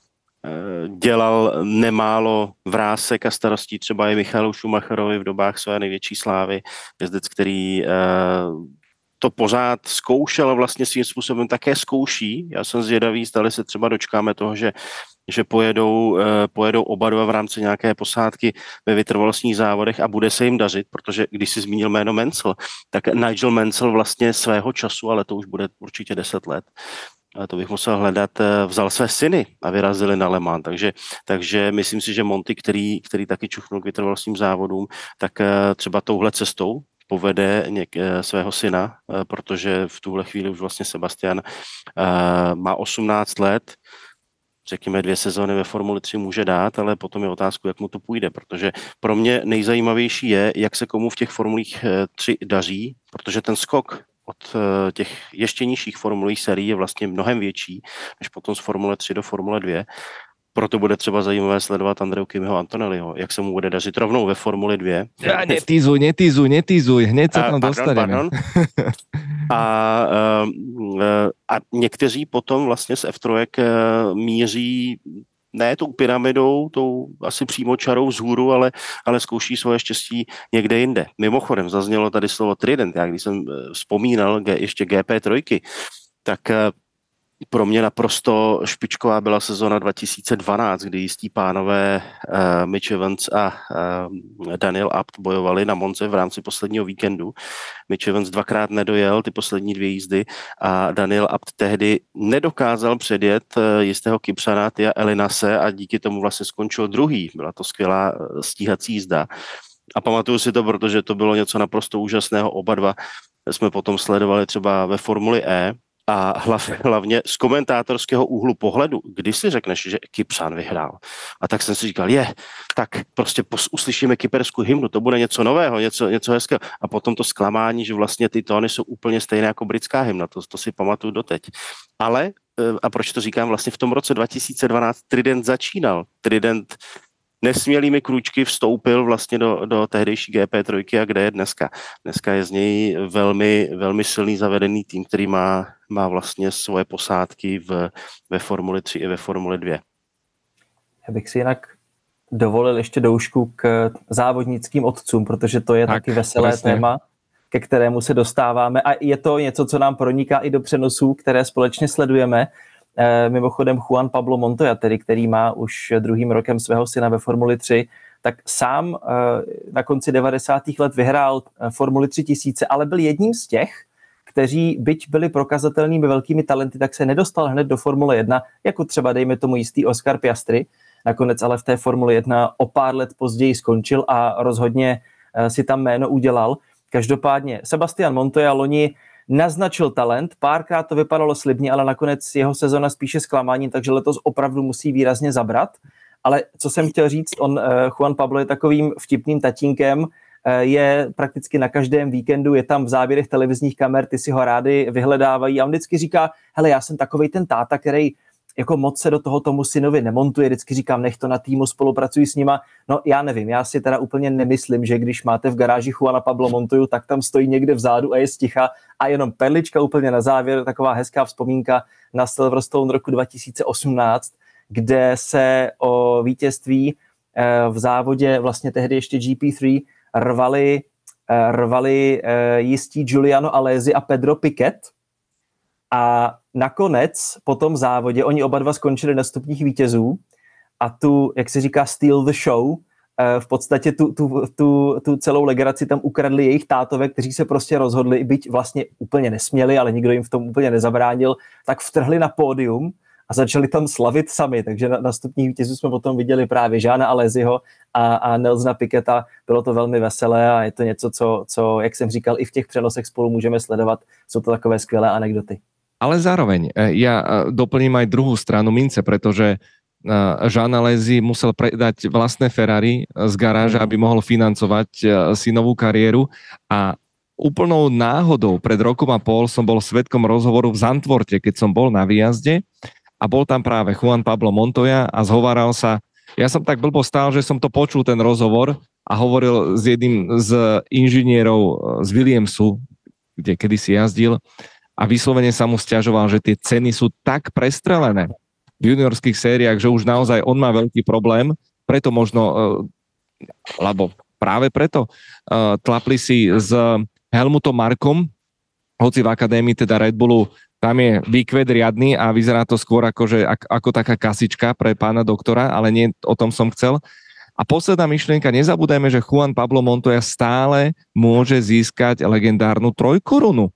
dělal nemálo vrásek a starostí třeba i Michaelu Schumacherovi v dobách své největší slávy. Jezdec, který to pořád zkoušel a vlastně svým způsobem také zkouší. Já jsem zvědavý, zdali se třeba dočkáme toho, že, že pojedou, pojedou oba dva v rámci nějaké posádky ve vytrvalostních závodech a bude se jim dařit, protože když si zmínil jméno Menzel, tak Nigel Mansell vlastně svého času, ale to už bude určitě deset let, a to bych musel hledat, vzal své syny a vyrazili na Le Mans. Takže, takže myslím si, že Monty, který, který taky čuchnul k vytrvalostním závodům, tak třeba touhle cestou povede něk, svého syna, protože v tuhle chvíli už vlastně Sebastian má osmnáct let, řekněme dvě sezóny ve Formuli tři může dát, ale potom je otázku, jak mu to půjde, protože pro mě nejzajímavější je, jak se komu v těch Formulích tři daří, protože ten skok od těch ještě nižších formulových sérií je vlastně mnohem větší, než potom z Formule tři do Formule dvě. Proto bude třeba zajímavé sledovat Andreu Kimiho Antonelliho, jak se mu bude dařit rovnou ve Formuli dvě. Ja, netýzuj, netýzuj, netýzuj, hned sa tam dostaneme. A, a někteří potom vlastně z F tři míří ne tou pyramidou, tou asi přímo čarou vzhůru, ale, ale zkouší svoje štěstí někde jinde. Mimochodem zaznělo tady slovo Trident. Já když jsem vzpomínal ještě G P tři, tak pro mě naprosto špičková byla sezona dva tisíce dvanáct, kdy jistí pánové uh, Mitch Evans a uh, Daniel Abt bojovali na Monze v rámci posledního víkendu. Mitch Evans dvakrát nedojel ty poslední dvě jízdy a Daniel Abt tehdy nedokázal předjet uh, jistého Kypsana Tia Elinase a díky tomu vlastně skončil druhý. Byla to skvělá uh, stíhací jízda. A pamatuju si to, protože to bylo něco naprosto úžasného. Oba dva jsme potom sledovali třeba ve Formuli E. A hlavně z komentátorského úhlu pohledu, když si řekneš, že Kypřan vyhrál. A tak jsem si říkal, je, tak prostě pos, uslyšíme kyperskou hymnu, to bude něco nového, něco, něco hezkého. A potom to zklamání, že vlastně ty tóny jsou úplně stejné jako britská hymna, to, to si pamatuju doteď. Ale, a proč to říkám, vlastně v tom roce dva tisíce dvanáct Trident začínal. Trident nesmělými krůčky vstoupil vlastně do, do tehdejší G P tři a kde je dneska. Dneska je z něj velmi, velmi silný zavedený tým, který má, má vlastně svoje posádky v, ve Formuli tři i ve Formuli dva. Já bych si jinak dovolil ještě doušku k závodnickým otcům, protože to je tak, taky veselé přesně. téma, ke kterému se dostáváme a je to něco, co nám proniká i do přenosů, které společně sledujeme. Mimochodem Juan Pablo Montoya, tedy, který má už druhým rokem svého syna ve Formuli tři, tak sám na konci devadesátých let vyhrál Formuli tři tisíce, ale byl jedním z těch, kteří byť byli prokazatelnými velkými talenty, tak se nedostal hned do Formule jedna, jako třeba dejme tomu jistý Oscar Piastri. Nakonec ale v té Formuli jedna o pár let později skončil a rozhodně si tam jméno udělal. Každopádně Sebastian Montoya loni naznačil talent, párkrát to vypadalo slibně, ale nakonec jeho sezona spíše zklamáním, takže letos opravdu musí výrazně zabrat. Ale co jsem chtěl říct, on, Juan Pablo je takovým vtipným tatínkem, je prakticky na každém víkendu, je tam v záběrech televizních kamer, ty si ho rádi vyhledávají a on vždycky říká, hele, já jsem takovej ten táta, který jako moc se do toho tomu synovi nemontuje, vždycky říkám, nech to na týmu, spolupracuji s nima. No já nevím, já si teda úplně nemyslím, že když máte v garáži Juana Pablo Montoyu, tak tam stojí někde vzadu a je sticha a jenom perlička úplně na závěr, taková hezká vzpomínka na Silverstone roku dva tisíce osmnáct, kde se o vítězství v závodě vlastně tehdy ještě G P tři rvali, rvali jistí Giuliano Alesi a Pedro Piquet. A nakonec po tom závodě oni oba dva skončili na stupních vítězů a tu, jak se říká, steal the show, v podstatě tu, tu, tu, tu celou legraci tam ukradli jejich tátové, kteří se prostě rozhodli, byť vlastně úplně nesměli, ale nikdo jim v tom úplně nezabránil, tak vtrhli na pódium a začali tam slavit sami. Takže na, na stupních vítězů jsme potom viděli právě Jeana Alesiho a, a Nelsona Piqueta. Bylo to velmi veselé a je to něco, co, co, jak jsem říkal, i v těch přenosech spolu můžeme sledovat. Jsou to takové skvělé anekdoty. Ale zároveň ja doplním aj druhú stranu mince, pretože Jean Alesi musel predať vlastné Ferrari z garáža, aby mohol financovať synovú kariéru a úplnou náhodou pred rokom a pol som bol svedkom rozhovoru v Zandvoorte, keď som bol na výjazde a bol tam práve Juan Pablo Montoya a zhováral sa, ja som tak blbo stál, že som to počul ten rozhovor a hovoril s jedným z inžinierov z Williamsu, kde kedysi jazdil, a vyslovene sa mu sťažoval, že tie ceny sú tak prestrelené v juniorských sériách, že už naozaj on má veľký problém, preto možno, lebo práve preto tlapli si s Helmutom Markom, hoci v akadémii teda Red Bullu, tam je výkvet riadny a vyzerá to skôr ako, že, ako taká kasička pre pána doktora, ale nie o tom som chcel. A posledná myšlienka, nezabúdajme, že Juan Pablo Montoya stále môže získať legendárnu trojkorunu.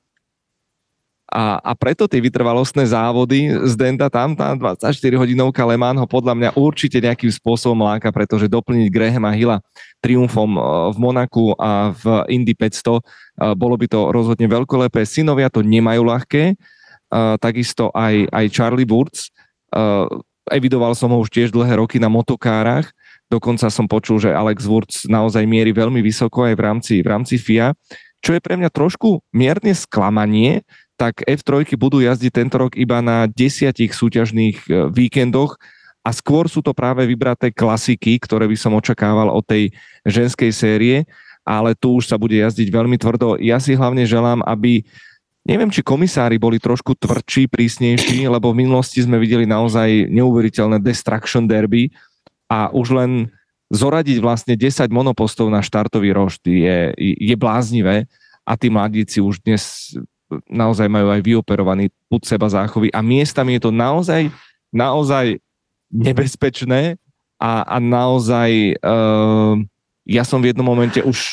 A, a preto tie vytrvalostné závody z Denta tam, tá dvadsaťštyri hodinovka Le Mans ho podľa mňa určite nejakým spôsobom láka, pretože doplniť Grahama Hilla triumfom v Monaku a v Indy päťsto bolo by to rozhodne veľkolepé. Synovia to nemajú ľahké, takisto aj, aj Charlie Wurz. Evidoval som ho už tiež dlhé roky na motokárach, dokonca som počul, že Alex Wurz naozaj mierí veľmi vysoko aj v rámci, v rámci F I A, čo je pre mňa trošku mierne sklamanie, tak F tri budú jazdiť tento rok iba na desiatich súťažných víkendoch a skôr sú to práve vybraté klasiky, ktoré by som očakával od tej ženskej série, ale tu už sa bude jazdiť veľmi tvrdo. Ja si hlavne želám, aby, neviem, či komisári boli trošku tvrdší, prísnejší, lebo v minulosti sme videli naozaj neuveriteľné destruction derby a už len zoradiť vlastne desať monopostov na štartový rošt je, je bláznivé a tí mladíci už dnes naozaj majú aj vyoperovaný pud seba záchovy a miestami je to naozaj, naozaj nebezpečné a, a naozaj uh, ja som v jednom momente už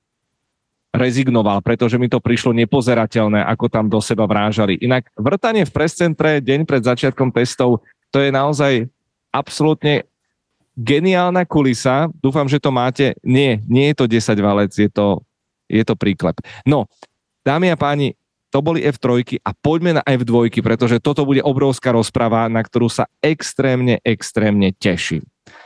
rezignoval, pretože mi to prišlo nepozerateľné, ako tam do seba vrážali. Inak vrtanie v prescentre deň pred začiatkom testov, to je naozaj absolútne geniálna kulisa. Dúfam, že to máte. Nie, nie je to desať valec, je to, je to príklep. No, dámy a páni, to boli ef tri a poďme na ef dva, pretože toto bude obrovská rozprava, na ktorú sa extrémne, extrémne teším.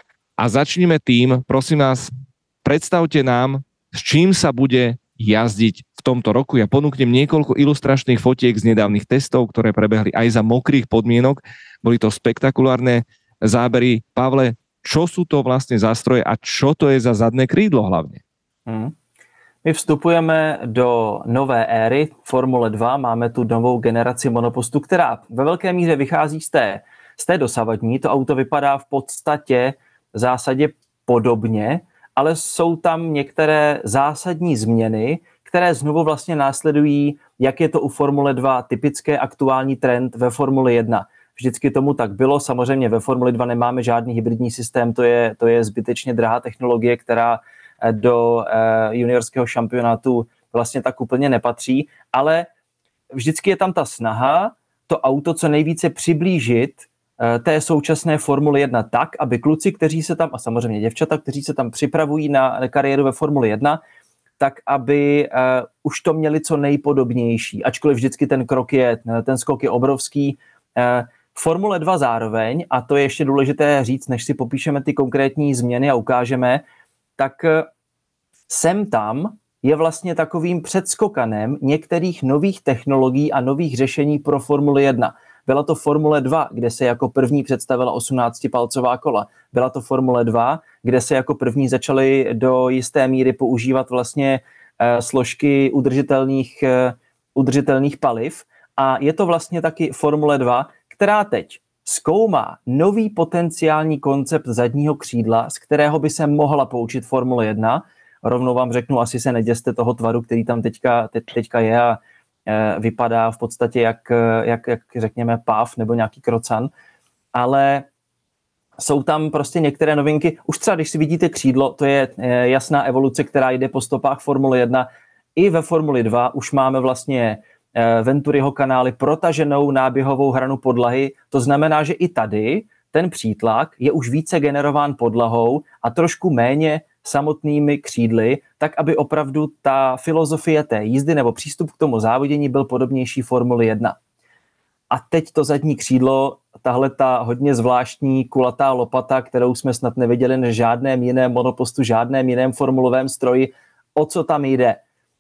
A začneme tým, prosím vás, predstavte nám, s čím sa bude jazdiť v tomto roku. Ja ponúknem niekoľko ilustračných fotiek z nedávnych testov, ktoré prebehli aj za mokrých podmienok. Boli to spektakulárne zábery. Pavle, čo sú to vlastne za stroje a čo to je za zadné krídlo hlavne? Hmm. My vstupujeme do nové éry Formule dva, máme tu novou generaci monopostu, která ve velké míře vychází z té, z té dosavadní. To auto vypadá v podstatě v zásadě podobně, ale jsou tam některé zásadní změny, které znovu vlastně následují, jak je to u Formule dva typické aktuální trend ve Formule jedna. Vždycky tomu tak bylo, samozřejmě ve Formuli dva nemáme žádný hybridní systém, to je, to je zbytečně drahá technologie, která do eh, juniorského šampionátu vlastně tak úplně nepatří, ale vždycky je tam ta snaha to auto co nejvíce přiblížit eh, té současné Formuli jedna tak, aby kluci, kteří se tam, a samozřejmě děvčata, kteří se tam připravují na kariéru ve Formuli jedna, tak aby uh, už to měli co nejpodobnější. Ačkoliv vždycky ten krok je, ten skok je obrovský. Uh, Formule dva zároveň, a to je ještě důležité říct, než si popíšeme ty konkrétní změny a ukážeme, tak uh, sem tam je vlastně takovým předskokanem některých nových technologií a nových řešení pro Formuli jedna. Byla to Formule dva, kde se jako první představila osmnáctipalcová kola. Byla to Formule dva, kde se jako první začaly do jisté míry používat vlastně uh, složky udržitelných, uh, udržitelných paliv. A je to vlastně taky Formule dva, která teď zkoumá nový potenciální koncept zadního křídla, z kterého by se mohla poučit Formule jedna. Rovnou vám řeknu, asi se neděste toho tvaru, který tam teďka, te, teďka je a vypadá v podstatě jak, jak, jak řekněme páv nebo nějaký krocan, ale jsou tam prostě některé novinky. Už třeba, když si vidíte křídlo, to je jasná evoluce, která jde po stopách Formule jedna. I ve Formuli dva už máme vlastně Venturiho kanály protaženou náběhovou hranu podlahy. To znamená, že i tady ten přítlak je už více generován podlahou a trošku méně samotnými křídly, tak aby opravdu ta filozofie té jízdy nebo přístup k tomu závodění byl podobnější Formuli jedna. A teď to zadní křídlo, tahle ta hodně zvláštní kulatá lopata, kterou jsme snad neviděli na žádném jiném monopostu, žádném jiném formulovém stroji, o co tam jde.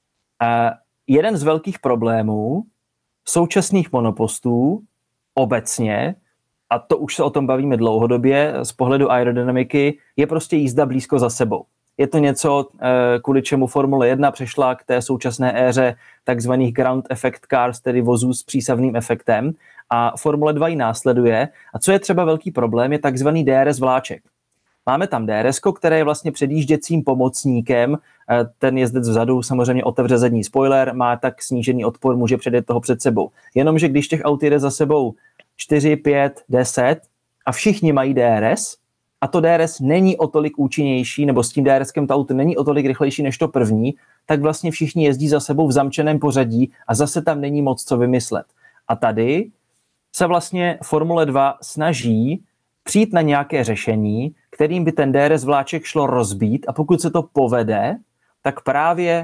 Uh, jeden z velkých problémů současných monopostů obecně, a to už se o tom bavíme dlouhodobě z pohledu aerodynamiky, je prostě jízda blízko za sebou. Je to něco, kvůli čemu Formule jedna přešla k té současné éře takzvaných ground effect cars, tedy vozů s přísavným efektem, a Formule dva ji následuje. A co je třeba velký problém, je takzvaný D R S vláček. Máme tam D R S, které je vlastně předjížděcím pomocníkem. Ten jezdec vzadu samozřejmě otevře zadní spoiler, má tak snížený odpor, může předjet toho před sebou. Jenomže když těch aut jede za sebou čtyři, pět, deset a všichni mají D R S a to D R S není o tolik účinnější, nebo s tím D R S kem to auto není o tolik rychlejší než to první, tak vlastně všichni jezdí za sebou v zamčeném pořadí a zase tam není moc co vymyslet. A tady se vlastně Formule dva snaží přijít na nějaké řešení, kterým by ten D R S vláček šlo rozbít, a pokud se to povede, tak právě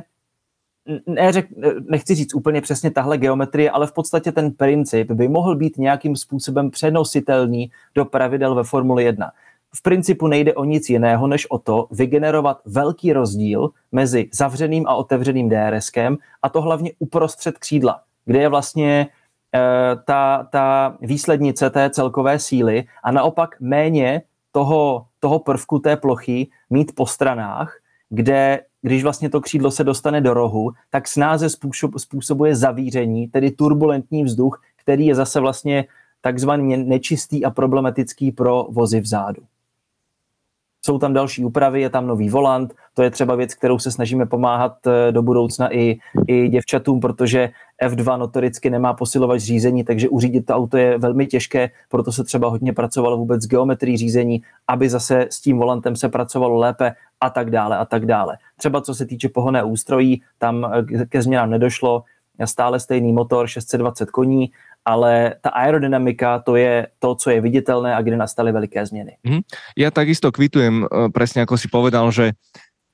neřek, nechci říct úplně přesně tahle geometrie, ale v podstatě ten princip by mohl být nějakým způsobem přenositelný do pravidel ve Formuli jedna. V principu nejde o nic jiného, než o to vygenerovat velký rozdíl mezi zavřeným a otevřeným D R S kem, a to hlavně uprostřed křídla, kde je vlastně e, ta, ta výslednice té celkové síly, a naopak méně toho, toho prvku té plochy mít po stranách, kde když vlastně to křídlo se dostane do rohu, tak snáze způsob, způsobuje zavíření, tedy turbulentní vzduch, který je zase vlastně takzvaně nečistý a problematický pro vozy vzadu. Jsou tam další úpravy, je tam nový volant, to je třeba věc, kterou se snažíme pomáhat do budoucna i, i děvčatům, protože F dva notoricky nemá posilovač řízení, takže uřídit to auto je velmi těžké, proto se třeba hodně pracovalo vůbec s geometrií řízení, aby zase s tím volantem se pracovalo lépe a tak dále a tak dále. Třeba co se týče pohonné ústrojí, tam ke změnám nedošlo, stále stejný motor, šest set dvacet koní, ale ta aerodynamika, to je to, co je viditeľné a kde nastaly veľké zmeny. Ja takisto kvitujem, presne ako si povedal, že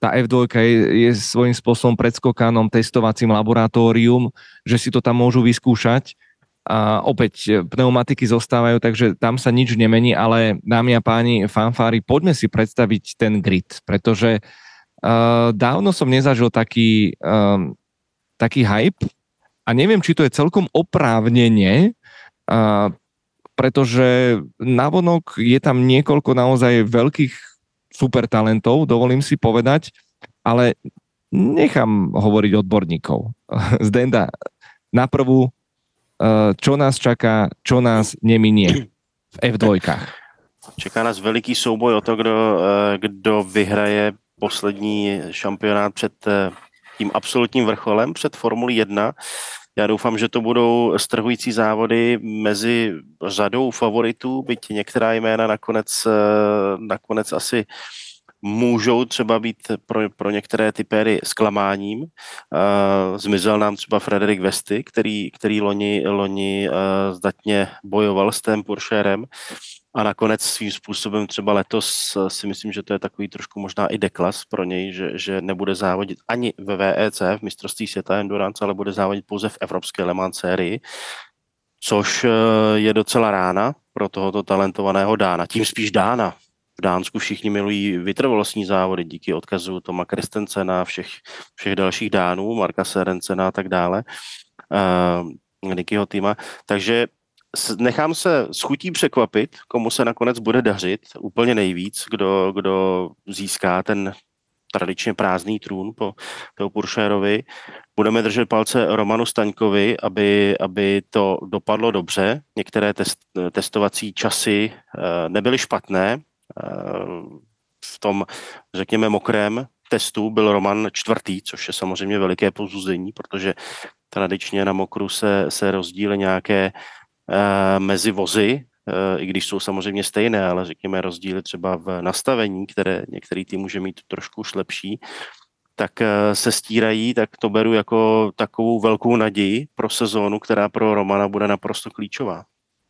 tá ef dva je, je svojím spôsobom predskokanom, testovacím laboratórium, že si to tam môžu vyskúšať. A opäť pneumatiky zostávajú, takže tam sa nič nemení, ale dámy a páni, fanfári, poďme si predstaviť ten grid, pretože uh, dávno som nezažil taký, um, taký hype a neviem, či to je celkom oprávnenie, uh, pretože navonok je tam niekoľko naozaj veľkých super talentov, dovolím si povedať, ale nechám hovoriť odborníkov. Zdenda, na prvú, čo nás čaká, čo nás neminie v ef dva. Čeká nás veliký souboj o to, kdo, kdo vyhraje poslední šampionát před tím absolutním vrcholem, před Formulí jedna. Já doufám, že to budou strhující závody mezi řadou favoritů, byť některá jména nakonec, nakonec asi můžou třeba být pro, pro některé typéry zklamáním. Zmizel nám třeba Frederik Vesty, který, který loni, loni zdatně bojoval s tím Pourchairem. A nakonec svým způsobem třeba letos si myslím, že to je takový trošku možná i deklas pro něj, že, že nebude závodit ani ve V E C, v mistrovství světa Endurance, ale bude závodit pouze v Evropské Le Mans sérii, což je docela rána pro tohoto talentovaného Dána. Tím spíš Dána. V Dánsku všichni milují vytrvalostní závody díky odkazu Toma Kristensena, všech, všech dalších Dánů, Marka Sørensena a tak dále, uh, Nickyho týma. Takže nechám se s chutí překvapit, komu se nakonec bude dařit úplně nejvíc, kdo, kdo získá ten tradičně prázdný trůn po toho Pourchairovi. Budeme držet palce Romanu Staňkovi, aby, aby to dopadlo dobře. Některé test, testovací časy nebyly špatné. V tom, řekněme, mokrém testu byl Roman čtvrtý, což je samozřejmě veliké povzbuzení, protože tradičně na mokru se, se rozdíly nějaké mezi vozy, i když jsou samozřejmě stejné, ale řekněme rozdíly třeba v nastavení, které některý tým může mít trošku už lepší, tak se stírají, tak to beru jako takovou velkou naději pro sezónu, která pro Romana bude naprosto klíčová.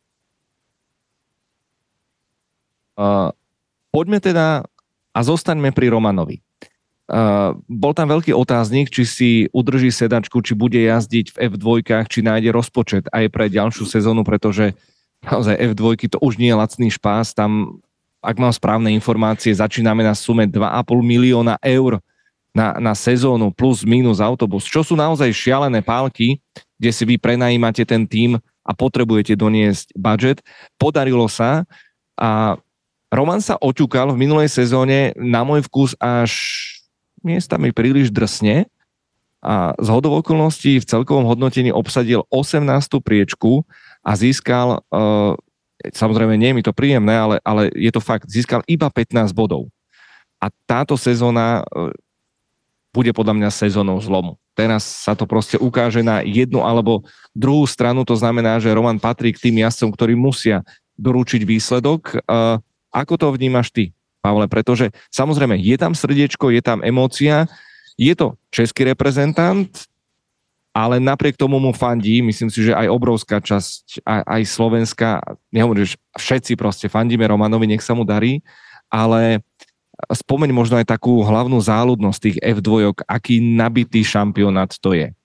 Uh, poďme teda a zostaňme pri Romanovi. Uh, bol tam veľký otáznik, či si udrží sedačku, či bude jazdiť v ef dva, či nájde rozpočet aj pre ďalšiu sezónu, pretože naozaj ef dva to už nie je lacný špás. Tam, ak mám správne informácie, začíname na sume dva a pol milióna eur na, na sezónu plus minus autobus, čo sú naozaj šialené pálky, kde si vy prenajímate ten tím a potrebujete doniesť budget. Podarilo sa a Roman sa oťukal v minulej sezóne na môj vkus až miestami príliš drsne a z hodou okolností v celkovom hodnotení obsadil osemnástu priečku a získal, uh, samozrejme nie je mi to príjemné, ale, ale je to fakt, získal iba pätnásť bodov. A táto sezóna uh, bude podľa mňa sezónou zlomu. Teraz sa to proste ukáže na jednu alebo druhú stranu, to znamená, že Roman patrí k tým jazdcom, ktorí musia doručiť výsledok. Uh, ako to vnímaš ty, Pavle? Pretože samozrejme je tam srdiečko, je tam emócia, je to český reprezentant, ale napriek tomu mu fandí, myslím si, že aj obrovská časť, aj, aj Slovenska, nehovorím, že všetci proste fandíme Romanovi, nech sa mu darí, ale spomeň možno aj takú hlavnú záľudnosť tých ef dva, aký nabitý šampionát to je.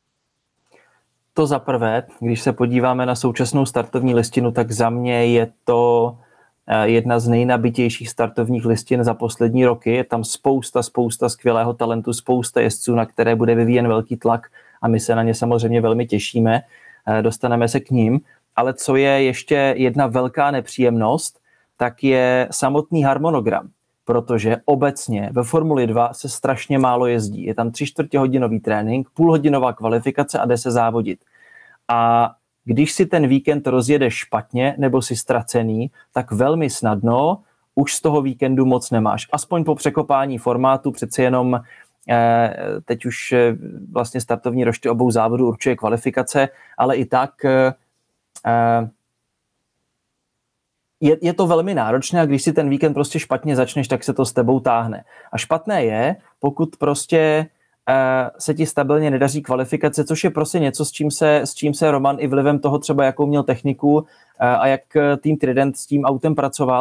To za prvé, když se podíváme na současnou startovní listinu, tak za mě je to jedna z nejnabitějších startovních listin za poslední roky. Je tam spousta, spousta skvělého talentu, spousta jezdců, na které bude vyvíjen velký tlak a my se na ně samozřejmě velmi těšíme. Dostaneme se k ním. Ale co je ještě jedna velká nepříjemnost, tak je samotný harmonogram. Protože obecně ve Formuli dva se strašně málo jezdí. Je tam tři čtvrtě hodinový trénink, půlhodinová kvalifikace a jde se závodit. A když si ten víkend rozjedeš špatně nebo si ztracený, tak velmi snadno už z toho víkendu moc nemáš. Aspoň po překopání formátu, přeci jenom eh, teď už eh, vlastně startovní rošty obou závodů určuje kvalifikace, ale i tak eh, je, je to velmi náročné a když si ten víkend prostě špatně začneš, tak se to s tebou táhne. A špatné je, pokud prostě se ti stabilně nedaří kvalifikace, což je prostě něco, s čím se, s čím se Roman i vlivem toho třeba, jakou měl techniku a jak tým Trident s tím autem pracoval,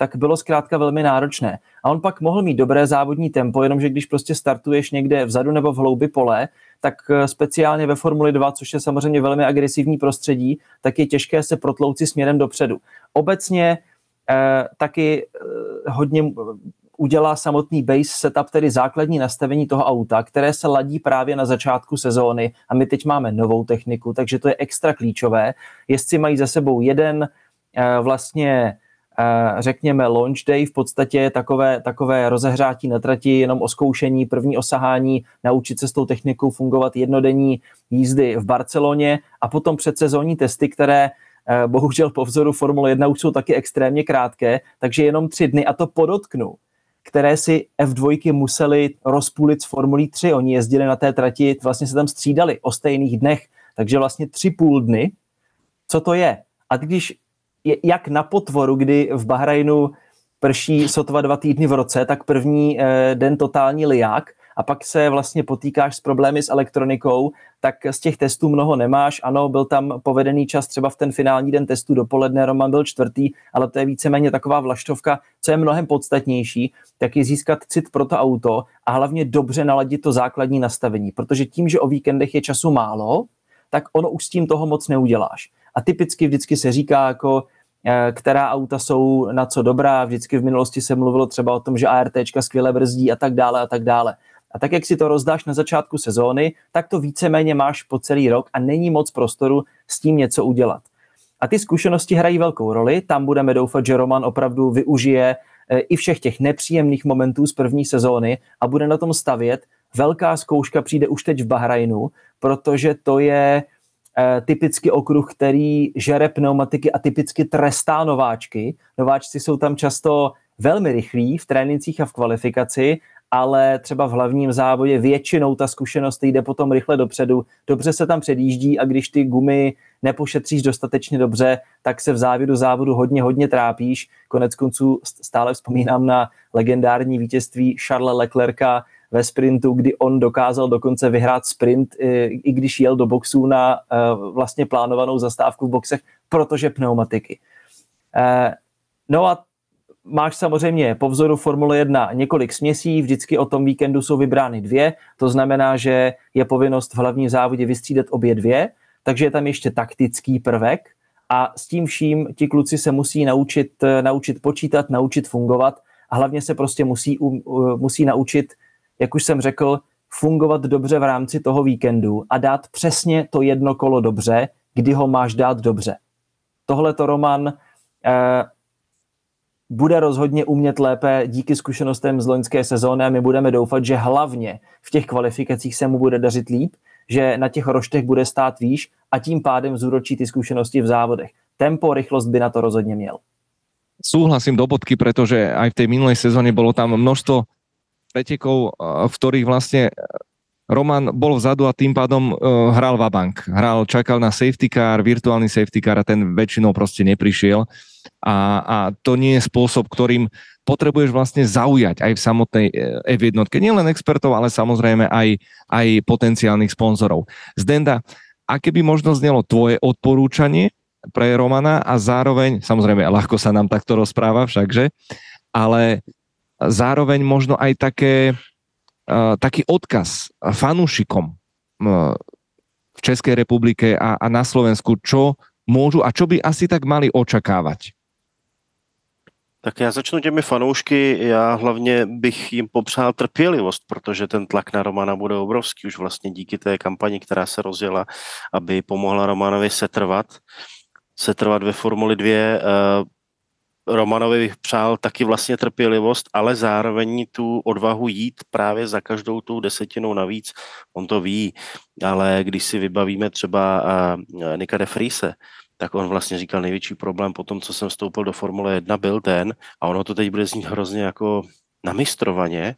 tak bylo zkrátka velmi náročné. A on pak mohl mít dobré závodní tempo, jenomže když prostě startuješ někde vzadu nebo v hloubi pole, tak speciálně ve Formuli dva, což je samozřejmě velmi agresivní prostředí, tak je těžké se protlouci směrem dopředu. Obecně eh, taky eh, hodně udělá samotný base setup, tedy základní nastavení toho auta, které se ladí právě na začátku sezóny a my teď máme novou techniku, takže to je extra klíčové. Jezdci mají za sebou jeden eh, vlastně řekněme launch day, v podstatě takové, takové rozehřátí na trati, jenom o zkoušení, první osahání, naučit se s tou technikou fungovat jednodenní jízdy v Barceloně a potom předsezónní testy, které bohužel po vzoru Formule jedna už jsou taky extrémně krátké, takže jenom tři dny a to podotknu, které si F dva museli rozpůlit s Formulí tři. Oni jezdili na té trati, vlastně se tam střídali o stejných dnech, takže vlastně tři půl dny. Co to je? A když je jak na potvoru, kdy v Bahrajnu prší sotva dva týdny v roce, tak první eh, den totální liják a pak se vlastně potýkáš s problémy s elektronikou, tak z těch testů mnoho nemáš. Ano, byl tam povedený čas třeba v ten finální den testu dopoledne, Roman byl čtvrtý, ale to je víceméně taková vlaštovka, co je mnohem podstatnější, tak je získat cit pro to auto a hlavně dobře naladit to základní nastavení, protože tím, že o víkendech je času málo, tak ono už s tím toho moc neuděláš. A typicky vždycky se říká, jako, která auta jsou na co dobrá. Vždycky v minulosti se mluvilo třeba o tom, že ARTčka skvěle brzdí a tak dále a tak dále. A tak, jak si to rozdáš na začátku sezóny, tak to víceméně máš po celý rok a není moc prostoru s tím něco udělat. A ty zkušenosti hrají velkou roli. Tam budeme doufat, že Roman opravdu využije i všech těch nepříjemných momentů z první sezóny a bude na tom stavět. Velká zkouška přijde už teď v Bahrajnu, protože to je typicky okruh, který žere pneumatiky a typicky trestá nováčky. Nováčci jsou tam často velmi rychlí v trénincích a v kvalifikaci, ale třeba v hlavním závodě většinou ta zkušenost jde potom rychle dopředu. Dobře se tam předjíždí a když ty gumy nepošetříš dostatečně dobře, tak se v závěru závodu hodně, hodně trápíš. Konec konců stále vzpomínám na legendární vítězství Charlesa Leclerca ve sprintu, kdy on dokázal dokonce vyhrát sprint, i když jel do boxů na vlastně plánovanou zastávku v boxech, protože pneumatiky. No a máš samozřejmě po vzoru Formule jedna několik směsí, vždycky o tom víkendu jsou vybrány dvě, to znamená, že je povinnost v hlavním závodě vystřídat obě dvě, takže je tam ještě taktický prvek a s tím vším ti kluci se musí naučit, naučit počítat, naučit fungovat a hlavně se prostě musí, musí naučit, jak už jsem řekl, fungovat dobře v rámci toho víkendu a dát přesně to jedno kolo dobře, kdy ho máš dát dobře. Tohle to Roman eh, bude rozhodně umět lépe díky zkušenostem z loňské sezóny a my budeme doufat, že hlavně v těch kvalifikacích se mu bude dařit líp, že na těch roštech bude stát výš a tím pádem zúročí ty zkušenosti v závodech. Tempo, rychlost by na to rozhodně měl. Súhlasím do bodky, pretože aj v tej minulej sezóne bolo tam množstvo pretekov, v ktorých vlastne Roman bol vzadu a tým pádom uh, hral vabank. Hral, čakal na safety car, virtuálny safety car a ten väčšinou proste neprišiel. A, a to nie je spôsob, ktorým potrebuješ vlastne zaujať aj v samotnej ef jedna. Nielen expertov, ale samozrejme aj, aj potenciálnych sponzorov. Zdenda, aké by možno znelo tvoje odporúčanie pre Romana a zároveň, samozrejme ľahko sa nám takto rozpráva všakže, ale zároveň možno aj také, uh, taký odkaz fanúšikom uh, v Českej republike a, a na Slovensku, čo môžu a čo by asi tak mali očakávať? Tak já začnu těmi fanoušky, já hlavně bych jim popřál trpělivost, protože ten tlak na Romana bude obrovský už vlastně díky té kampani, která se rozjela, aby pomohla Romanovi setrvat, setrvat ve Formuli dva. Romanovi bych přál taky vlastně trpělivost, ale zároveň tu odvahu jít právě za každou tou desetinou navíc. On to ví, ale když si vybavíme třeba Nika de Vriese, tak on vlastně říkal, největší problém po tom, co jsem vstoupil do Formule jedna, byl ten, a ono to teď bude znít hrozně jako namistrovaně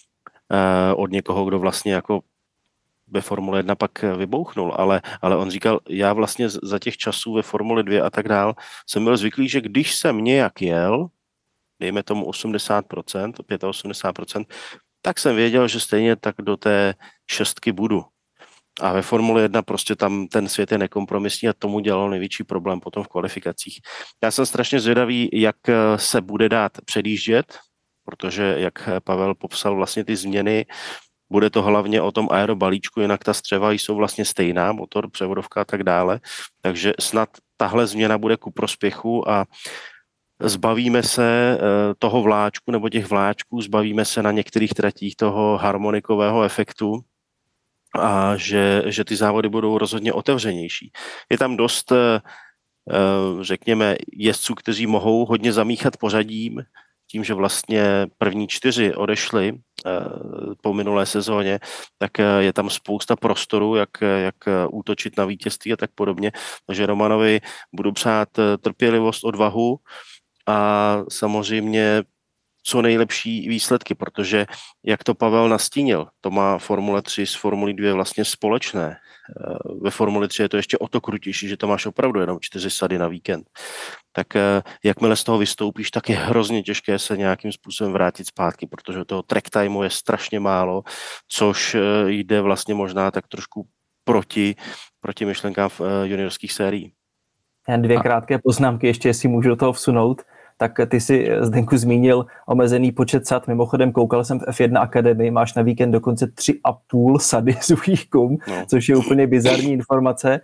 od někoho, kdo vlastně jako ve Formule jedna pak vybouchnul, ale, ale on říkal, já vlastně za těch časů ve Formule dva a tak dál jsem byl zvyklý, že když jsem nějak jel, dejme tomu osmdesát procent, osmdesát pět procent, tak jsem věděl, že stejně tak do té šestky budu. A ve Formule jedna prostě tam ten svět je nekompromisní a tomu dělalo největší problém potom v kvalifikacích. Já jsem strašně zvědavý, jak se bude dát předjíždět, protože jak Pavel popsal vlastně ty změny, bude to hlavně o tom aerobalíčku, jinak ta střeva jsou vlastně stejná, motor, převodovka a tak dále. Takže snad tahle změna bude ku prospěchu a zbavíme se toho vláčku nebo těch vláčků, zbavíme se na některých tratích toho harmonikového efektu a že, že ty závody budou rozhodně otevřenější. Je tam dost, řekněme, jezdců, kteří mohou hodně zamíchat pořadím, tím, že vlastně první čtyři odešli po minulé sezóně, tak je tam spousta prostoru, jak, jak útočit na vítězství a tak podobně. Takže Romanovi budu přát trpělivost, odvahu a samozřejmě co nejlepší výsledky, protože jak to Pavel nastínil, to má Formule tři s Formulí dva vlastně společné. Ve Formuli tři je to ještě o to krutější, že to máš opravdu jenom čtyři sady na víkend. Tak jakmile z toho vystoupíš, tak je hrozně těžké se nějakým způsobem vrátit zpátky, protože toho track timeu je strašně málo, což jde vlastně možná tak trošku proti, proti myšlenkám v juniorských sérií. Dvě krátké poznámky, ještě jestli můžu do toho vsunout. Tak ty si, Zdenku, zmínil omezený počet sad. Mimochodem, koukal jsem v F jedna Academy, máš na víkend dokonce tři a půl sady suchých kum, no. Což je úplně bizarní informace.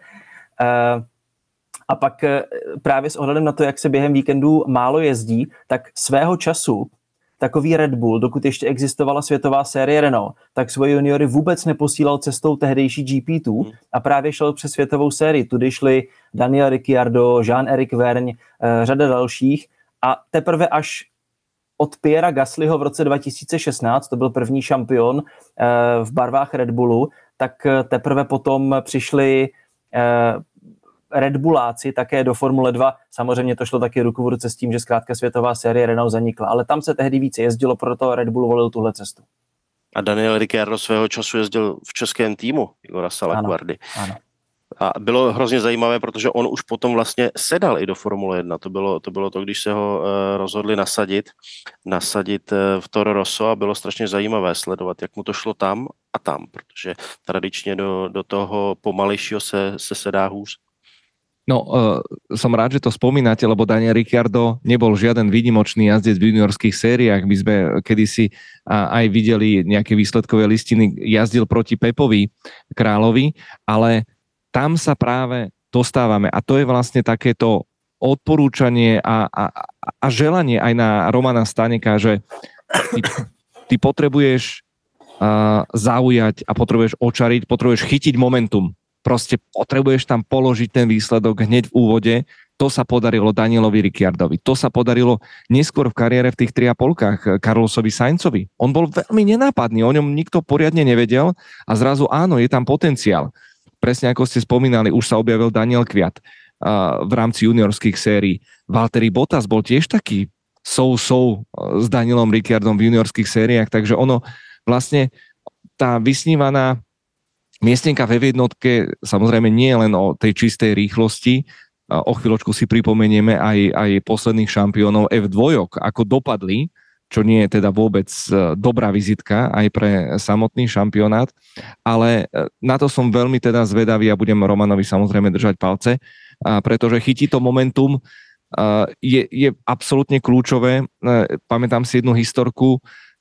A pak právě s ohledem na to, jak se během víkendu málo jezdí, tak svého času takový Red Bull, dokud ještě existovala světová série Renault, tak svoje juniory vůbec neposílal cestou tehdejší G P dva a právě šel přes světovou sérii. Tudy šli Daniel Ricciardo, Jean-Éric Vergne, řada dalších. A teprve až od Pierra Gaslyho v roce dva tisíce šestnáct, to byl první šampion v barvách Red Bullu, tak teprve potom přišli Red Bulláci také do Formule dva. Samozřejmě to šlo taky ruku v ruce s tím, že zkrátka světová série Renault zanikla. Ale tam se tehdy více jezdilo, proto Red Bull volil tuhle cestu. A Daniel Ricciardo svého času jezdil v českém týmu Igora Salaquardy. Ano. A bylo hrozně zajímavé, protože on už potom vlastně sedal i do Formule jedna. To bylo to, bylo to když se ho uh, rozhodli nasadit, nasadit uh, v Toro Rosso a bylo strašně zajímavé sledovat, jak mu to šlo tam a tam, protože tradičně do, do toho pomalejšího se, se sedá hůř. No, uh, som rád, že to spomínate, lebo Daniel Ricciardo nebol žiaden výnimočný jazdec v juniorských sériách. My sme kedysi uh, aj videli nejaké výsledkové listiny, jazdil proti Pepovi Královi, ale tam sa práve dostávame a to je vlastne takéto odporúčanie a, a, a želanie aj na Romana Staneka, že ty, ty potrebuješ uh, zaujať a potrebuješ očariť, potrebuješ chytiť momentum. Proste potrebuješ tam položiť ten výsledok hneď v úvode. To sa podarilo Danielovi Ricciardovi. To sa podarilo neskôr v kariére v tých tri a polkách Carlosovi Sainzovi. On bol veľmi nenápadný, o ňom nikto poriadne nevedel a zrazu áno, je tam potenciál. Presne ako ste spomínali, už sa objavil Daniel Kviat uh, v rámci juniorských sérií. Valtteri Bottas bol tiež taký sou-sou s Danielom Ricciardom v juniorských sériách, takže ono vlastne tá vysnívaná miestnenka ve jednotke samozrejme nie je len o tej čistej rýchlosti. Uh, o chvíľočku si pripomenieme aj, aj posledných šampiónov ef dva, ako dopadli, čo nie je teda vôbec dobrá vizitka aj pre samotný šampionát, ale na to som veľmi teda zvedavý a budem Romanovi samozrejme držať palce, pretože chytí to momentum, je, je absolútne kľúčové. Pamätám si jednu historku,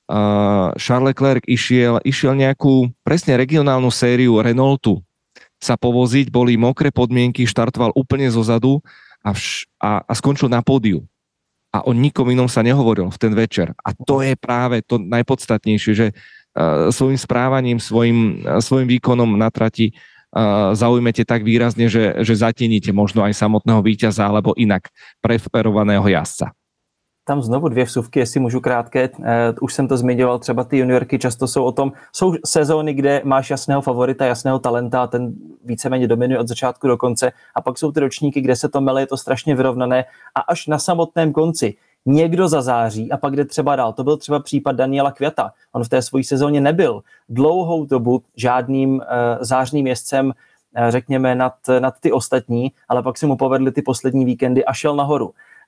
Charles Leclerc išiel, išiel nejakú presne regionálnu sériu Renaultu sa povoziť, boli mokré podmienky, štartoval úplne zozadu a, vš- a, a skončil na pódiu. A o nikom inom sa nehovoril v ten večer. A to je práve to najpodstatnejšie, že uh, svojim správaním, svojim, uh, svojim výkonom na trati uh, zaujmete tak výrazne, že, že zatieníte možno aj samotného víťaza alebo inak preferovaného jazdca. Tam znovu dvě vsuvky, jestli můžu krátké. Eh, už jsem to zmiňoval, třeba ty juniorky často jsou o tom, jsou sezóny, kde máš jasného favorita, jasného talenta a ten víceméně dominuje od začátku do konce a pak jsou ty ročníky, kde se to mele, je to strašně vyrovnané a až na samotném konci někdo zazáří a pak jde třeba dál. To byl třeba případ Daniela Kviata. On v té svojí sezóně nebyl dlouhou dobu žádným eh, zářným jezdcem, eh, řekněme, nad, nad ty ostatní, ale pak se mu povedly ty poslední víkendy a šel nahoru.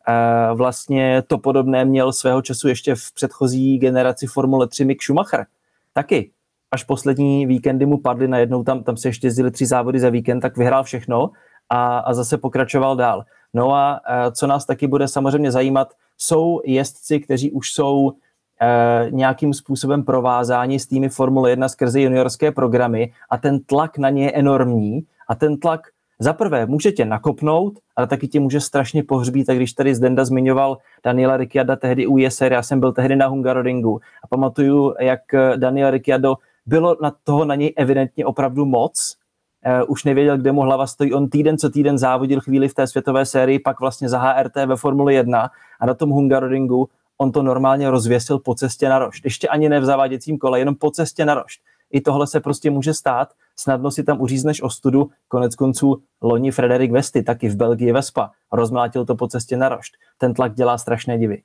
Vlastně to podobné měl svého času ještě v předchozí generaci Formule tři Mick Schumacher. Taky. až poslední víkendy mu padly, najednou tam, tam se ještě jezdili tři závody za víkend, tak vyhrál všechno a, a zase pokračoval dál. No a co nás taky bude samozřejmě zajímat, jsou jezdci, kteří už jsou e, nějakým způsobem provázáni s týmy Formule jedna skrze juniorské programy a ten tlak na ně je enormní a ten tlak za prvé může tě nakopnout, ale taky tě může strašně pohřbít. A když tady Zdenda zmiňoval Daniela Ricciarda tehdy u Jesser, já jsem byl tehdy na Hungaroringu a pamatuju, jak Daniel Ricciardo bylo na toho na něj evidentně opravdu moc. Uh, už nevěděl, kde mu hlava stojí. On týden co týden závodil chvíli v té světové sérii, pak vlastně za H R T ve Formule jedna a na tom Hungaroringu on to normálně rozvěsil po cestě na rošt. Ještě ani ne v zaváděcím kole, jenom po cestě na rošt. I tohle se prostě může stát. Snadno si tam uřízneš ostudu. Konec konců loni Frederik Vesty, taky v Belgii Vespa, rozmlátil to po cestě na rošt. Ten tlak dělá strašné divy.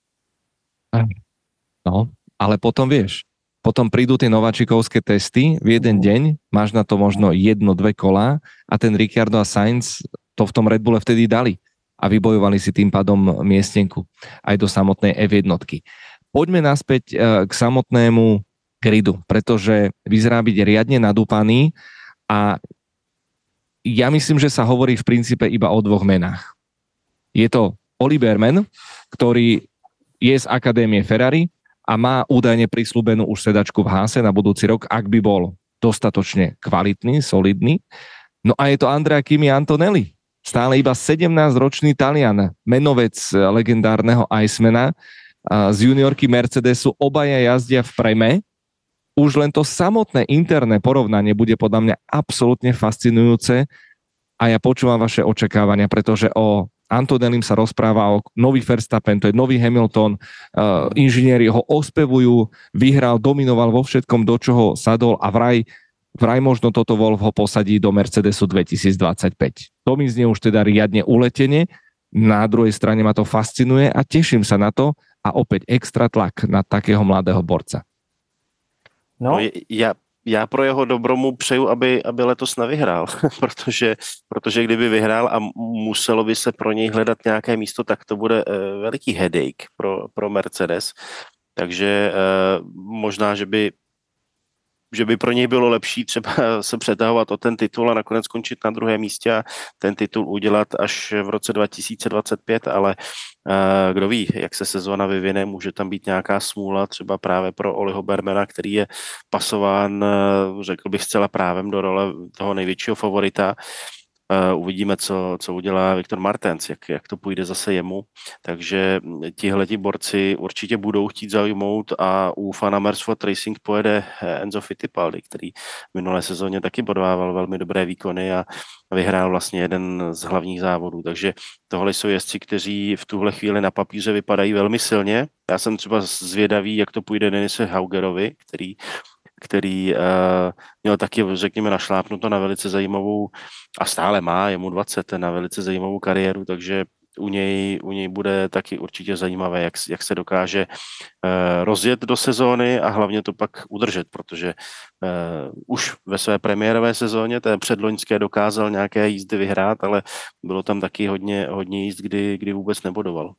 No, ale potom vieš, potom prídu tie nováčikovské testy, v jeden deň máš na to možno jedno, dve kola a ten Ricciardo a Sainz to v tom Red Bulle vtedy dali a vybojovali si tým pádom miestenku aj do samotnej F jedna. Poďme naspäť k samotnému gridu, pretože vyzerá byť riadne nadúpaný a ja myslím, že sa hovorí v princípe iba o dvoch menách. Je to Oli Berman, ktorý je z Akadémie Ferrari a má údajne prislúbenú už sedačku v Haase na budúci rok, ak by bol dostatočne kvalitný, solidný. No a je to Andrea Kimi Antonelli, stále iba sedemnásťročný Talian, menovec legendárneho Icemana z juniorky Mercedesu, obaja jazdia v Preme. Už len to samotné interné porovnanie bude podľa mňa absolútne fascinujúce a ja počúvam vaše očakávania, pretože o Antonellim sa rozpráva o nový Verstappen, to je nový Hamilton, uh, inžinieri ho ospevujú, vyhral, dominoval vo všetkom, do čoho sadol a vraj, vraj možno toto Wolf ho posadí do Mercedesu dvetisícdvadsaťpäť. To mi znie už teda riadne uletenie, na druhej strane ma to fascinuje a teším sa na to a opäť extra tlak na takého mladého borca. No, ja Já pro jeho dobro mu přeju, aby, aby letos nevyhrál, protože, protože kdyby vyhrál a muselo by se pro něj hledat nějaké místo, tak to bude uh, veliký headache pro, pro Mercedes. Takže uh, možná, že by, že by pro něj bylo lepší třeba se přetahovat o ten titul a nakonec skončit na druhém místě a ten titul udělat až v roce dva tisíce dvacet pět, ale uh, kdo ví, jak se sezóna vyvine, může tam být nějaká smůla třeba právě pro Oliho Bermana, který je pasován, uh, řekl bych zcela právem do role toho největšího favorita. Uh, uvidíme, co, co udělá Viktor Martens, jak, jak to půjde zase jemu. Takže tihleti borci určitě budou chtít zaujmout a u Fana Motorsport Racing pojede Enzo Fittipaldi, který v minulé sezóně taky bodovával velmi dobré výkony a vyhrál vlastně jeden z hlavních závodů. Takže tohle jsou jezdci, kteří v tuhle chvíli na papíře vypadají velmi silně. Já jsem třeba zvědavý, jak to půjde Denise Haugerovi, který který uh, měl taky, řekněme, našlápnuto na velice zajímavou, a stále má, je mu dvacet, na velice zajímavou kariéru, takže u něj, u něj bude taky určitě zajímavé, jak, jak se dokáže uh, rozjet do sezóny a hlavně to pak udržet, protože uh, už ve své premiérové sezóně, té předloňské, dokázal nějaké jízdy vyhrát, ale bylo tam taky hodně, hodně jízd, kdy, kdy vůbec nebodoval.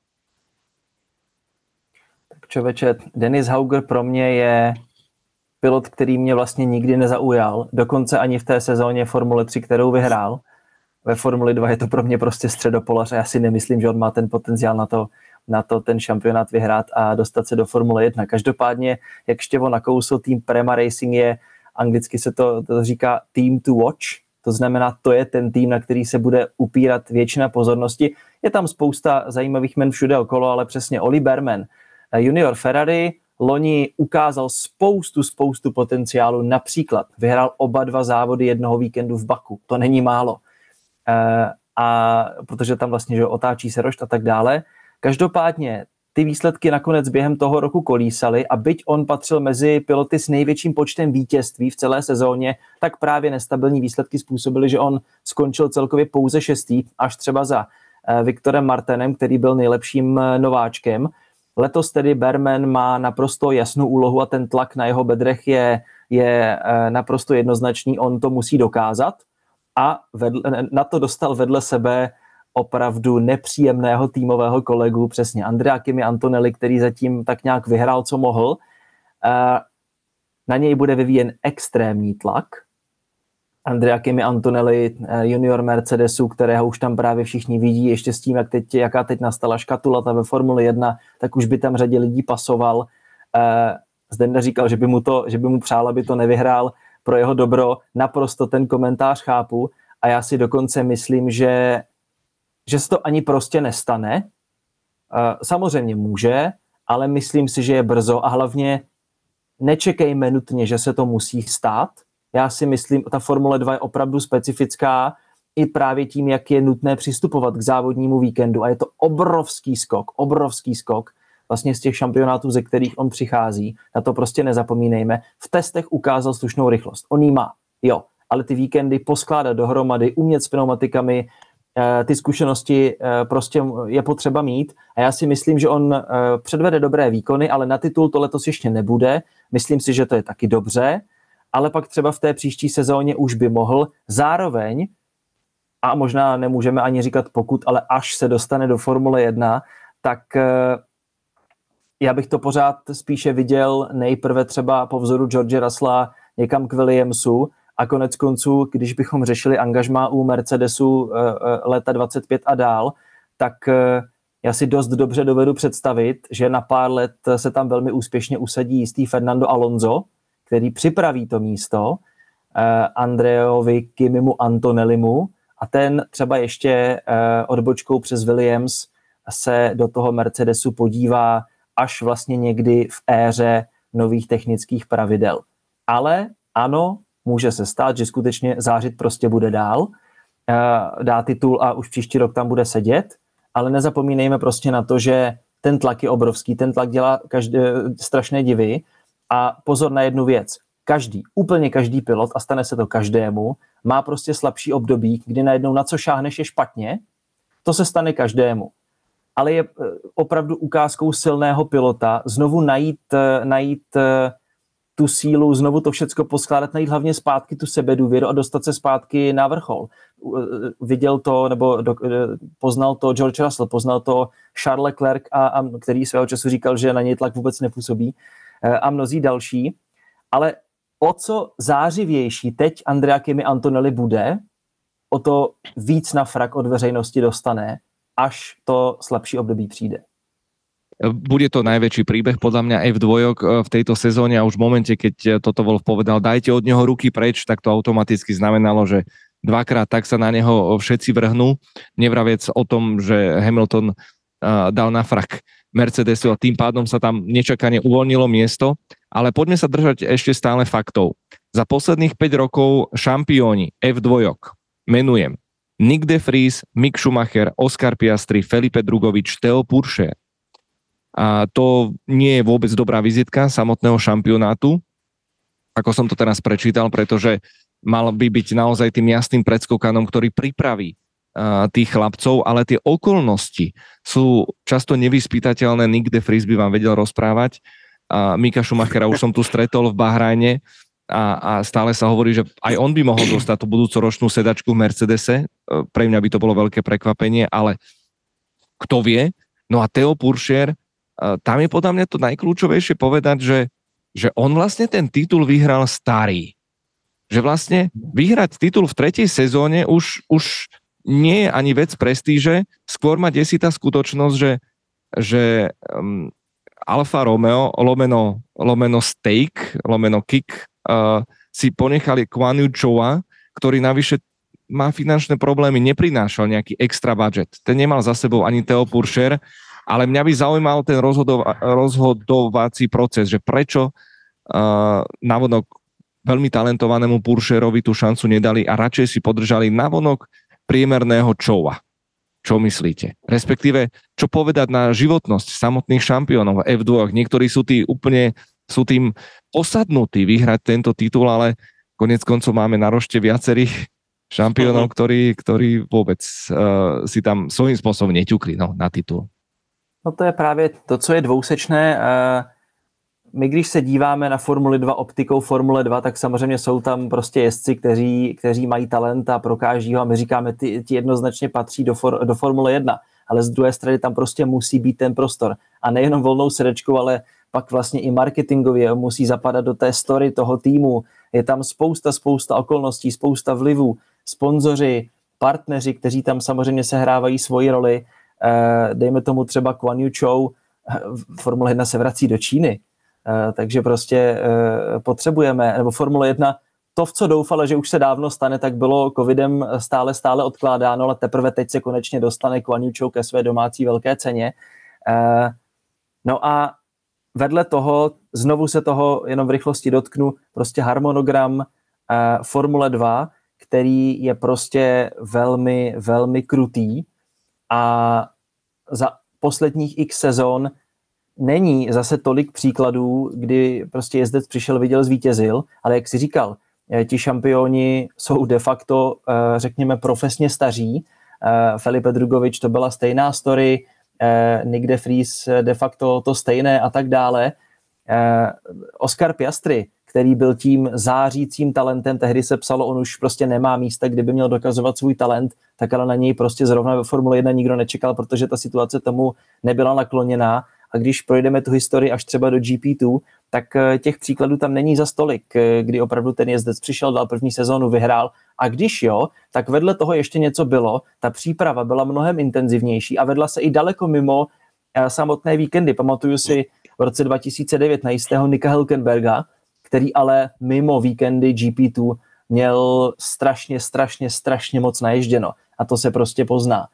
Tak člověče, Dennis Hauger pro mě je pilot, který mě vlastně nikdy nezaujal, dokonce ani v té sezóně Formule tři, kterou vyhrál. Ve Formuli dva je to pro mě prostě středopolař a já si nemyslím, že on má ten potenciál na to, na to ten šampionát vyhrát a dostat se do Formule jedna. Každopádně, jak Štěvo nakousl, tým Prema Racing je, anglicky se to, to říká team to watch, to znamená, to je ten tým, na který se bude upírat většina pozornosti. Je tam spousta zajímavých men všude okolo, ale přesně Oli Berman, junior Ferrari, loni ukázal spoustu, spoustu potenciálu, například vyhrál oba dva závody jednoho víkendu v Baku, to není málo. E, a protože tam vlastně, že otáčí se rošt a tak dále. Každopádně ty výsledky nakonec během toho roku kolísaly a byť on patřil mezi piloty s největším počtem vítězství v celé sezóně, tak právě nestabilní výsledky způsobily, že on skončil celkově pouze šestý, až třeba za e, Viktorem Martenem, který byl nejlepším e, nováčkem. Letos tedy Berman má naprosto jasnou úlohu a ten tlak na jeho bedrech je, je naprosto jednoznačný. On to musí dokázat a vedle, na to dostal vedle sebe opravdu nepříjemného týmového kolegu, přesně Andrea Kimi Antonelli, který zatím tak nějak vyhrál, co mohl. na něj bude vyvíjen extrémní tlak. Andrea Kimi Antonelli, junior Mercedesu, kterého už tam právě všichni vidí, ještě s tím, jak teď, jaká teď nastala škatulata ve Formuli jedna, tak už by tam řadě lidí pasoval. Zdenda říkal, že by mu, to, že by mu přál, aby to nevyhrál pro jeho dobro. Naprosto ten komentář chápu a já si dokonce myslím, že, že se to ani prostě nestane. Samozřejmě může, ale myslím si, že je brzo a hlavně nečekejme nutně, že se to musí stát. Já si myslím, ta Formule dva je opravdu specifická i právě tím, jak je nutné přistupovat k závodnímu víkendu a je to obrovský skok, obrovský skok vlastně z těch šampionátů, ze kterých on přichází. Na to prostě nezapomínejme. V testech ukázal slušnou rychlost. On ji má, jo, ale ty víkendy poskládat dohromady, umět s pneumatikami, ty zkušenosti prostě je potřeba mít a já si myslím, že on předvede dobré výkony, ale na titul to letos ještě nebude. Myslím si, že to je taky dobře, ale pak třeba v té příští sezóně už by mohl. Zároveň, a možná nemůžeme ani říkat pokud, ale až se dostane do Formule jedna, tak já bych to pořád spíše viděl nejprve třeba po vzoru George Russella někam k Williamsu a konec konců, když bychom řešili angažmá u Mercedesu léta dvacet pět a dál, tak já si dost dobře dovedu představit, že na pár let se tam velmi úspěšně usadí jistý Fernando Alonso, který připraví to místo Andreovi Kimimu Antonellimu a ten třeba ještě odbočkou přes Williams se do toho Mercedesu podívá až vlastně někdy v éře nových technických pravidel. Ale ano, může se stát, že skutečně zářit prostě bude dál, dá titul a už příští rok tam bude sedět, ale nezapomínejme prostě na to, že ten tlak je obrovský, ten tlak dělá každé, strašné divy a pozor na jednu věc. Každý, úplně každý pilot, a stane se to každému, má prostě slabší období, kdy najednou na co šáhneš je špatně, to se stane každému. Ale je opravdu ukázkou silného pilota znovu najít, najít tu sílu, znovu to všecko poskládat, najít hlavně zpátky tu sebedůvěru a dostat se zpátky na vrchol. Viděl to, nebo do, poznal to George Russell, poznal to Charles Leclerc, a, a, který svého času říkal, že na něj tlak vůbec nepůsobí, a mnozí další. Ale o co zářivější teď Andrea Kimi Antonelli bude, o to víc na frak od veřejnosti dostane, až to slabší období přijde. Bude to najväčší príbeh podľa mňa ef dva v tejto sezóne a už v momente, keď toto Wolff povedal, dajte od neho ruky preč, tak to automaticky znamenalo, že dvakrát tak sa na neho všetci vrhnú. Nevraviec o tom, že Hamilton uh, dal na frak Mercedesu a tým pádom sa tam nečakane uvoľnilo miesto, ale poďme sa držať ešte stále faktov. Za posledných päť rokov šampióni ef dva menujem Nick de Vries, Mick Schumacher, Oscar Piastri, Felipe Drugovich, Theo Pourchaire. A to nie je vôbec dobrá vizitka samotného šampionátu, ako som to teraz prečítal, pretože mal by byť naozaj tým jasným predskokanom, ktorý pripraví uh, tých chlapcov, ale tie okolnosti sú často nevyspytateľné. Nick de Vries by vám vedel rozprávať. Uh, Micka Schumachera už som tu stretol v Bahrajne a, a stále sa hovorí, že aj on by mohol dostať tú budúcoročnú sedačku v Mercedese. Uh, pre mňa by to bolo veľké prekvapenie, ale kto vie? No a Theo Pourchaire, tam je podľa mňa to najkľúčovejšie povedať, že, že on vlastne ten titul vyhral starý. Že vlastne vyhrať titul v tretej sezóne už, už nie je ani vec prestíže, skôr ma desí tá skutočnosť, že, že um, Alfa Romeo, lomeno, lomeno Stake, lomeno Kick, uh, si ponechali Guan Yu Zhoua, ktorý navyše má finančné problémy, neprinášal nejaký extra budget. Ten nemal za sebou ani Theo Pourchaire, ale mňa by zaujímal ten rozhodova- rozhodovací proces, že prečo uh, navonok veľmi talentovanému Pourchaireovi tú šancu nedali a radšej si podržali navonok priemerného Zhoua. Čo myslíte? Respektíve, čo povedať na životnosť samotných šampiónov ef dva? Niektorí sú, tí úplne, sú tým posadnutí vyhrať tento titul, ale konec koncov máme na rošte viacerých šampiónov, ktorí, ktorí vôbec uh, si tam svojím spôsobom neťukli no, na titul. No to je právě to, co je dvousečné. My, když se díváme na Formuli dva optikou Formule dva, tak samozřejmě jsou tam prostě jezdci, kteří, kteří mají talent a prokáží ho a my říkáme, ty, ty jednoznačně patří do, for, do Formule jedna. Ale z druhé strany tam prostě musí být ten prostor. A nejenom volnou sedečkou, ale pak vlastně i marketingově musí zapadat do té story toho týmu. Je tam spousta, spousta okolností, spousta vlivů, sponzoři, partneři, kteří tam samozřejmě sehrávají svoji roli. Dejme tomu třeba Guan Yu Zhou, Formule jedna se vrací do Číny, takže prostě potřebujeme, nebo Formule jedna, to, v co doufala, že už se dávno stane, tak bylo covidem stále, stále odkládáno, ale teprve teď se konečně dostane Guan Yu Zhou ke své domácí velké ceně. No a vedle toho, znovu se toho jenom v rychlosti dotknu, prostě harmonogram Formule dva, který je prostě velmi, velmi krutý a za posledních x sezon není zase tolik příkladů, kdy prostě jezdec přišel, viděl, zvítězil, ale jak jsi říkal, ti šampioni jsou de facto, řekněme, profesně staří. Felipe Drugovich, to byla stejná story, Nick de Vries de facto to stejné a tak dále. Oscar Piastri, který byl tím zářícím talentem, tehdy se psalo, on už prostě nemá místa, kde by měl dokazovat svůj talent, tak ale na něj prostě zrovna ve Formule jedna nikdo nečekal, protože ta situace tomu nebyla nakloněná. A když projdeme tu historii až třeba do G P dva, tak těch příkladů tam není za stolik, kdy opravdu ten jezdec přišel, dal první sezónu, vyhrál. A když jo, tak vedle toho ještě něco bylo. Ta příprava byla mnohem intenzivnější a vedla se i daleko mimo samotné víkendy. Pamatuju si v roce dva tisíce devět na jistého Nika Hülkenberga, který ale mimo víkendy G P dva měl strašně, strašně, strašně moc naježděno. A to se prostě pozná.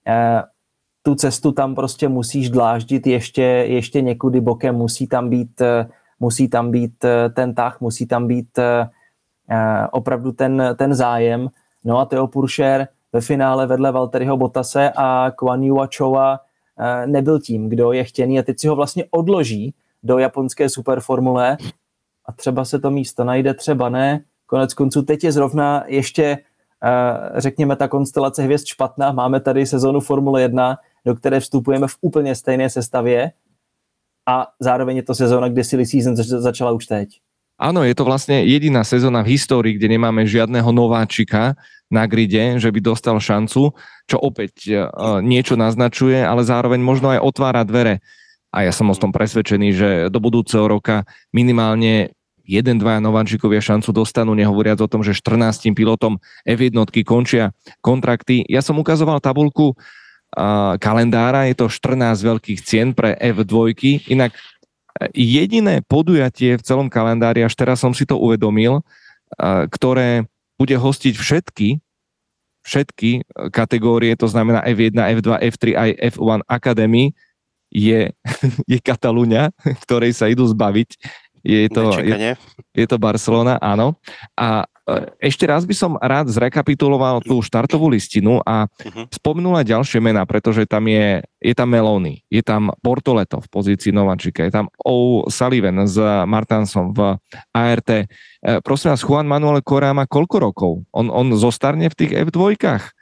Tu cestu tam prostě musíš dláždit ještě, ještě někudy bokem, musí tam být, musí tam být ten tah, musí tam být opravdu ten, ten zájem. No a Theo Pourchaire ve finále vedle Valtteriho Bottase a Guan Yu Zhoua nebyl tím, kdo je chtěný a teď si ho vlastně odloží do japonské superformule a třeba se to místo najde, třeba ne. Konec konců teď je zrovna ještě, řekněme, ta konstelace hvězd špatná. Máme tady sezonu Formule jedna, do které vstupujeme v úplně stejné sestavě a zároveň je to sezóna, kde silly season začala už teď. Áno, je to vlastne jediná sezóna v histórii, kde nemáme žiadneho nováčika na gride, že by dostal šancu, čo opäť uh, niečo naznačuje, ale zároveň možno aj otvára dvere. A ja som o tom presvedčený, že do budúceho roka minimálne jeden, dvaja nováčikovia šancu dostanú, nehovoriac o tom, že štrnástim pilotom ef jedna končia kontrakty. Ja som ukazoval tabuľku uh, kalendára, je to štrnásť veľkých cien pre ef dva, inak jediné podujatie v celom kalendári, až teraz som si to uvedomil, ktoré bude hostiť všetky, všetky kategórie, to znamená ef jedna, ef dva, ef tri aj ef jeden Academy, je, je Katalúňa, ktorej sa idú zbaviť. Je to, je, je to Barcelona, áno. A ešte raz by som rád zrekapituloval tú štartovú listinu a uh-huh. spomenul aj ďalšie mená, pretože tam je, je tam Meloni, je tam Portoleto v pozícii nováčika, je tam O'Sullivan s Martinsom v á er té. E, prosím vás, Juan Manuel Correa má koľko rokov? On, on zostarne v tých ef dva?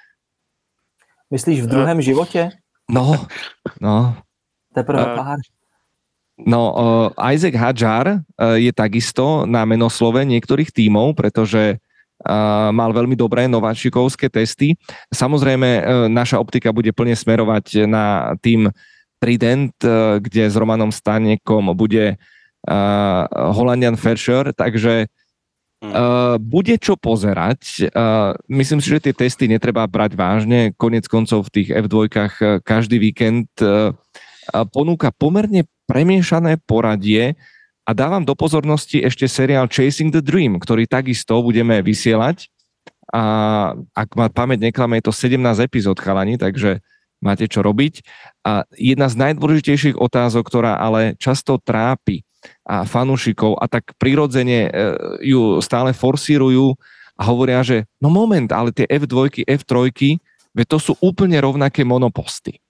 Myslíš v druhém životě? No, no. Teprve uh. pár. No, uh, Isaac Hadjar uh, je takisto na menoslove niektorých tímov, pretože uh, mal veľmi dobré nováčikovské testy. Samozrejme, uh, naša optika bude plne smerovať na tým Trident, uh, kde s Romanom Staniekom bude uh, Holandian Verscher, takže uh, bude čo pozerať. Uh, myslím si, že tie testy netreba brať vážne. Koniec koncov v tých ef dva uh, každý víkend uh, ponúka pomerne premiešané poradie a dávam do pozornosti ešte seriál Chasing the Dream, ktorý takisto budeme vysielať a ak ma pamäť neklame, je to sedemnásť epizód, chalani, takže máte čo robiť. A jedna z najdôležitejších otázok, ktorá ale často trápi a fanúšikov a tak prirodzene ju stále forsírujú a hovoria, že no moment, ale tie ef dva, ef tri, veď to sú úplne rovnaké monoposty.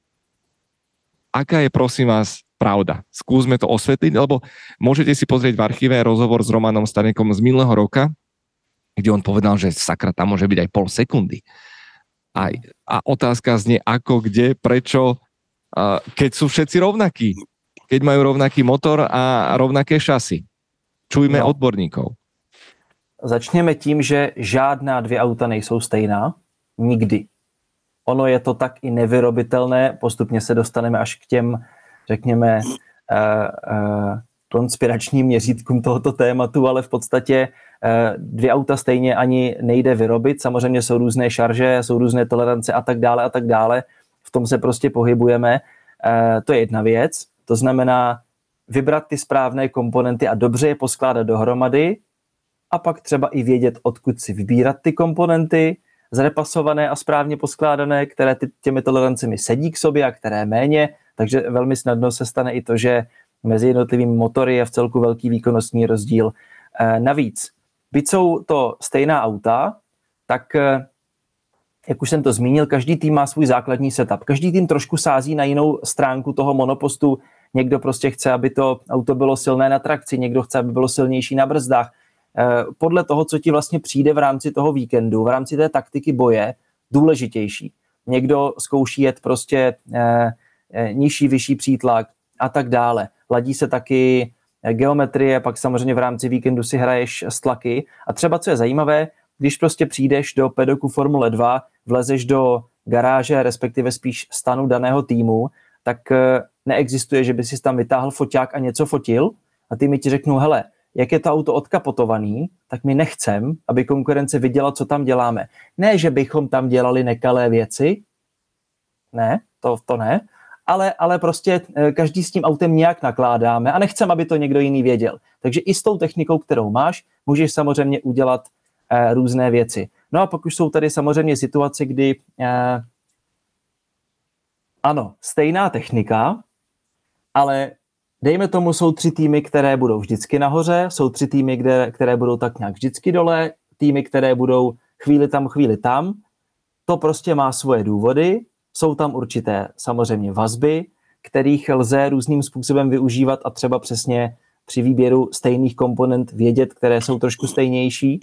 Aká je, prosím vás, pravda? Skúsme to osvetliť, lebo môžete si pozrieť v archíve rozhovor s Romanom Staniekom z minulého roka, kde on povedal, že sakra, tam môže byť aj pol sekundy. A, a otázka znie ako, kde, prečo, a keď sú všetci rovnakí. Keď majú rovnaký motor a rovnaké šasy. Čujme no. odborníkov. Začněme tím, že žádná dvě auta nejsou stejná. Nikdy. Ono je to tak i nevyrobitelné. Postupně se dostaneme až k těm, řekněme, uh, konspiračním měřítkům tohoto tématu, ale v podstatě uh, dvě auta stejně ani nejde vyrobit. Samozřejmě jsou různé šarže, jsou různé tolerance a tak dále a tak dále. V tom se prostě pohybujeme. Uh, to je jedna věc. To znamená vybrat ty správné komponenty a dobře je poskládat dohromady a pak třeba i vědět, odkud si vybírat ty komponenty, zrepasované a správně poskládané, které ty, těmi tolerancemi sedí k sobě a které méně, takže velmi snadno se stane i to, že mezi jednotlivými motory je v celku velký výkonnostní rozdíl. E, navíc, byť jsou to stejná auta, tak e, jak už jsem to zmínil, každý tým má svůj základní setup. Každý tým trošku sází na jinou stránku toho monopostu. Někdo prostě chce, aby to auto bylo silné na trakci, někdo chce, aby bylo silnější na brzdách. Podle toho, co ti vlastně přijde v rámci toho víkendu, v rámci té taktiky boje, důležitější. Někdo zkouší jet prostě eh, nižší, vyšší přítlak a tak dále. Ladí se taky geometrie, pak samozřejmě v rámci víkendu si hraješ s tlaky. A třeba, co je zajímavé, když prostě přijdeš do pedoku Formule dva, vlezeš do garáže, respektive spíš stanu daného týmu, tak eh, neexistuje, že by si tam vytáhl foťák a něco fotil a ty mi ti řeknou, hele, jak je to auto odkapotovaný, tak my nechcem, aby konkurence viděla, co tam děláme. Ne, že bychom tam dělali nekalé věci, ne, to, to ne, ale, ale prostě každý s tím autem nějak nakládáme a nechcem, aby to někdo jiný věděl. Takže i s tou technikou, kterou máš, můžeš samozřejmě udělat eh, různé věci. No a pak už jsou tady samozřejmě situace, kdy eh, ano, stejná technika, ale dejme tomu, jsou tři týmy, které budou vždycky nahoře, jsou tři týmy, kde, které budou tak nějak vždycky dole, týmy, které budou chvíli tam, chvíli tam. To prostě má svoje důvody, jsou tam určité samozřejmě vazby, kterých lze různým způsobem využívat a třeba přesně při výběru stejných komponent vědět, které jsou trošku stejnější.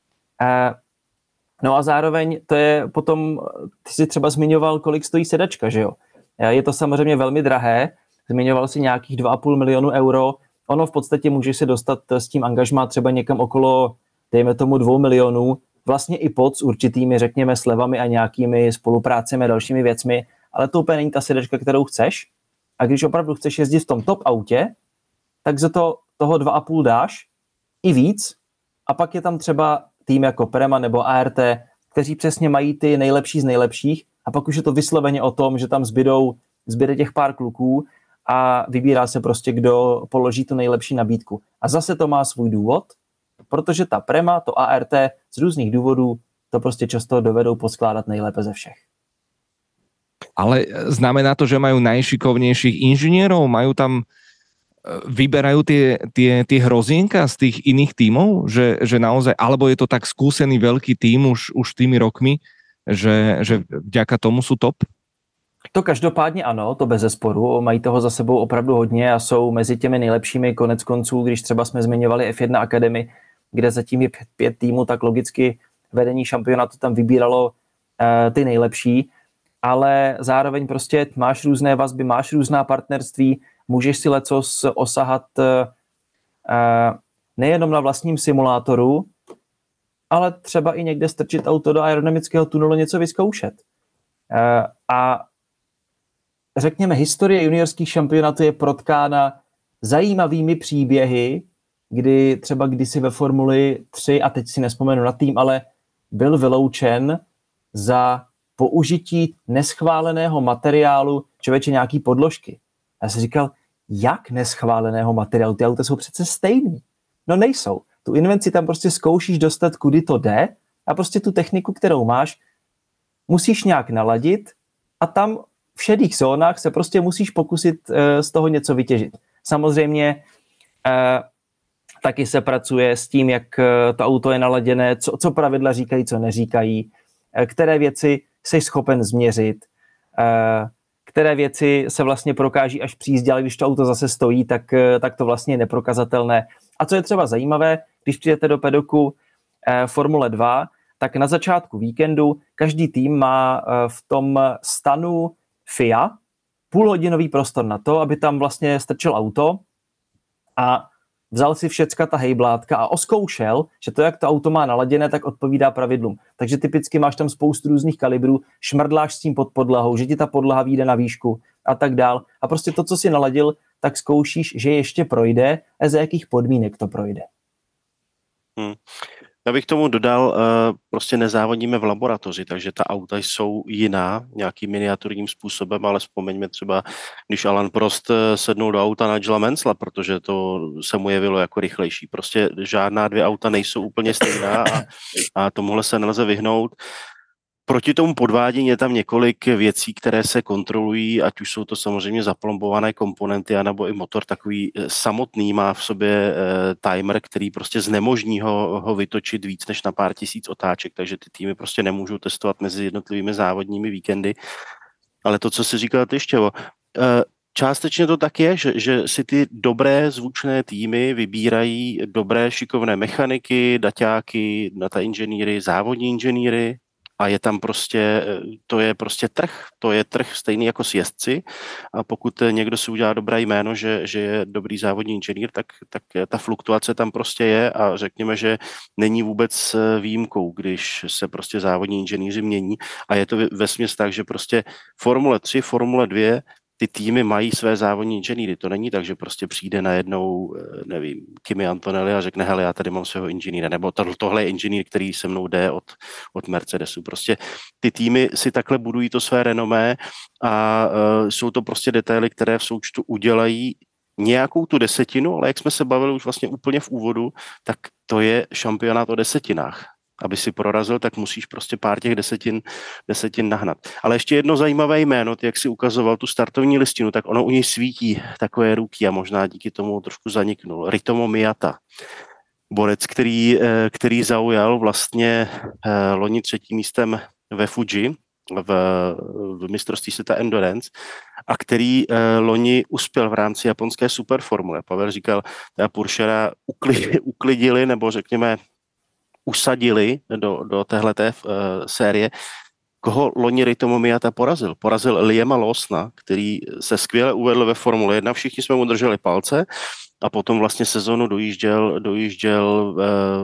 No a zároveň to je potom, ty jsi třeba zmiňoval, kolik stojí sedačka, že jo? Je to samozřejmě velmi drahé, zmiňoval si nějakých dva a půl milionu euro, ono v podstatě může se dostat s tím angažmá třeba někam okolo, dejme tomu dvou milionů, vlastně i pod s určitými, řekněme, slevami a nějakými spoluprácemi a dalšími věcmi, ale to úplně není ta sedačka, kterou chceš. A když opravdu chceš jezdit v tom top autě, tak za to toho dva a půl dáš i víc a pak je tam třeba tým jako Prema nebo A R T, kteří přesně mají ty nejlepší z nejlepších a pak už je to vysloveně o tom, že tam zbydou, zbyde těch pár kluků a vybírá se prostě, kdo položí tu nejlepší nabídku. A zase to má svůj důvod, protože ta Prema, to A R T z různých důvodů to prostě často dovedou poskládat nejlépe ze všech. Ale znamená to, že majú najšikovnejších inžinierov? Majú tam, vyberajú tie, tie, tie hrozienka z tých iných tímov? Že, že naozaj, alebo je to tak skúsený veľký tím už, už tými rokmi, že, že vďaka tomu sú top? To každopádně ano, to bezesporu. Mají toho za sebou opravdu hodně a jsou mezi těmi nejlepšími. Konec konců, když třeba jsme zmiňovali F jedna Academy, kde zatím je pět, pět týmů, tak logicky vedení šampionátu tam vybíralo uh, ty nejlepší. Ale zároveň prostě máš různé vazby, máš různá partnerství, můžeš si lecos osahat uh, nejenom na vlastním simulátoru, ale třeba i někde strčit auto do aerodynamického tunelu, něco vyzkoušet. Uh, a řekněme, historie juniorských šampionátů je protkána zajímavými příběhy, kdy třeba kdysi ve Formuli tři, a teď si nespomenu na tým, ale byl vyloučen za použití neschváleného materiálu, člověče, nějaký podložky. Já jsem říkal, jak neschváleného materiálu? Ty auta jsou přece stejný. No nejsou. Tu invenci tam prostě zkoušíš dostat, kudy to jde a prostě tu techniku, kterou máš, musíš nějak naladit a tam v šedých zónách se prostě musíš pokusit uh, z toho něco vytěžit. Samozřejmě uh, taky se pracuje s tím, jak uh, to auto je naladěné, co, co pravidla říkají, co neříkají, uh, které věci jsi schopen změřit, uh, které věci se vlastně prokáží až při jízdě, ale když to auto zase stojí, tak, uh, tak to vlastně je neprokazatelné. A co je třeba zajímavé, když přijdete do pedoku uh, Formule dva, tak na začátku víkendu každý tým má uh, v tom stanu F I A půlhodinový prostor na to, aby tam vlastně strčil auto a vzal si všecka ta hejblátka a oskoušel, že to, jak to auto má naladěné, tak odpovídá pravidlům. Takže typicky máš tam spoustu různých kalibrů, šmrdláš s tím pod podlahou, že ti ta podlaha vyjde na výšku a tak dál. A prostě to, co si naladil, tak zkoušíš, že ještě projde a za jakých podmínek to projde. Hmm. Já bych tomu dodal, prostě nezávodíme v laboratoři, takže ta auta jsou jiná nějakým miniaturním způsobem, ale vzpomeňme třeba, když Alan Prost sednul do auta Nigela Mansella, protože to se mu jevilo jako rychlejší. Prostě žádná dvě auta nejsou úplně stejná a, a tomuhle se nelze vyhnout. Proti tomu podvádění je tam několik věcí, které se kontrolují, ať už jsou to samozřejmě zaplombované komponenty, anebo i motor takový samotný má v sobě e, timer, který prostě znemožní ho, ho vytočit víc než na pár tisíc otáček, takže ty týmy prostě nemůžou testovat mezi jednotlivými závodními víkendy. Ale to, co si říkal ty, Štěvo, e, částečně to tak je, že, že si ty dobré zvučné týmy vybírají dobré šikovné mechaniky, daťáky, data inženýry, závodní inženýry, a je tam prostě, to je prostě trh, to je trh stejný jako s jezdci a pokud někdo si udělá dobré jméno, že, že je dobrý závodní inženýr, tak, tak ta fluktuace tam prostě je a řekněme, že není vůbec výjimkou, když se prostě závodní inženýři mění a je to vesměs tak, že prostě Formule tři, Formule dva, ty týmy mají své závodní inženýry. To není tak, že prostě přijde najednou, nevím, Kimi Antonelli a řekne, hele, já tady mám svého inženýra, nebo tohle je inženýr, který se mnou jde od, od Mercedesu. Prostě ty týmy si takhle budují to své renomé a uh, jsou to prostě detaily, které v součtu udělají nějakou tu desetinu, ale jak jsme se bavili už vlastně úplně v úvodu, tak to je šampionát o desetinách. Aby si prorazil, tak musíš prostě pár těch desetin, desetin nahnat. Ale ještě jedno zajímavé jméno, ty, jak si ukazoval tu startovní listinu, tak ono u něj svítí takové ruky a možná díky tomu trošku zaniknul. Ritomo Miyata. Borec, který, který zaujal vlastně loni třetím místem ve Fuji, v, v mistrovství světa Endurance a který loni uspěl v rámci japonské superformule. Pavel říkal, ta Puršera uklidili, uklidili, nebo řekněme usadili do, do téhleté uh, série. Koho loni Ritomo Miyata porazil? Porazil Liama Lawsona, který se skvěle uvedl ve Formule jedna, všichni jsme mu drželi palce a potom vlastně sezonu dojížděl, dojížděl uh,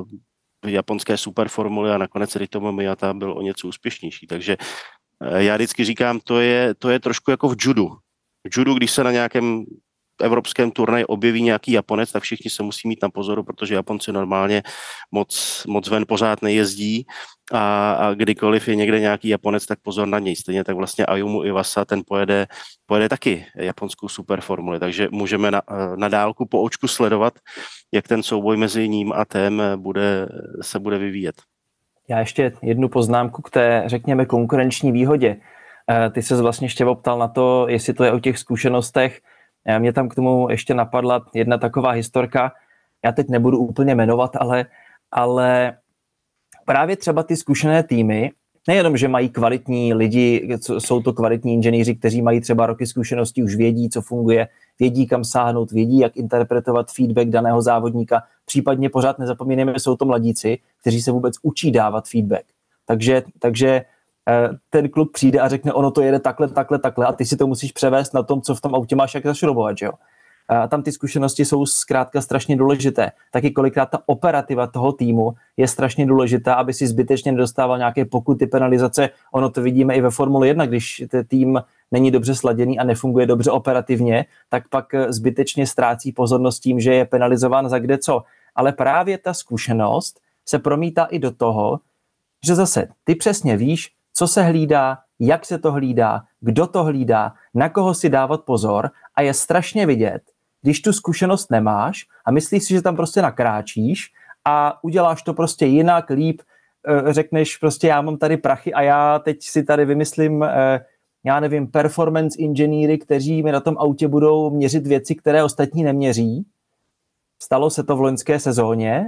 v japonské superformule a nakonec Ritomo Miyata byl o něco úspěšnější. Takže uh, já vždycky říkám, to je, to je trošku jako v judu. V judu, když se na nějakém evropském turnaji objeví nějaký Japonec, tak všichni se musí mít na pozoru, protože Japonci normálně moc, moc ven pořád nejezdí a, a kdykoliv je někde nějaký Japonec, tak pozor na něj. Stejně tak vlastně Ayumu Iwasa, ten pojede, pojede taky japonskou superformuli, takže můžeme na, na dálku po očku sledovat, jak ten souboj mezi ním a tém bude, se bude vyvíjet. Já ještě jednu poznámku k té, řekněme, konkurenční výhodě. Ty ses vlastně ještě optal na to, jestli to je o těch zkušenostech. Mě tam k tomu ještě napadla jedna taková historka, já teď nebudu úplně jmenovat, ale, ale právě třeba ty zkušené týmy, nejenom, že mají kvalitní lidi, jsou to kvalitní inženýři, kteří mají třeba roky zkušeností, už vědí, co funguje, vědí, kam sáhnout, vědí, jak interpretovat feedback daného závodníka, případně pořád nezapomínáme, že jsou to mladíci, kteří se vůbec učí dávat feedback. Takže, takže ten kluk přijde a řekne, ono to jede takhle, takhle, takhle a ty si to musíš převést na tom, co v tom autě máš, jak zašroubovat, že jo? A tam ty zkušenosti jsou zkrátka strašně důležité. Taky kolikrát ta operativa toho týmu je strašně důležitá, aby si zbytečně nedostával nějaké pokuty, penalizace. Ono to vidíme i ve Formule jedna, když ten tým není dobře sladěný a nefunguje dobře operativně, tak pak zbytečně ztrácí pozornost tím, že je penalizován za kde co. Ale právě ta zkušenost se promítá i do toho, že zase ty přesně víš, co se hlídá, jak se to hlídá, kdo to hlídá, na koho si dávat pozor a je strašně vidět, když tu zkušenost nemáš a myslíš si, že tam prostě nakráčíš a uděláš to prostě jinak, líp, řekneš prostě já mám tady prachy a já teď si tady vymyslím, já nevím, performance inženýry, kteří mi na tom autě budou měřit věci, které ostatní neměří. Stalo se to v loňské sezóně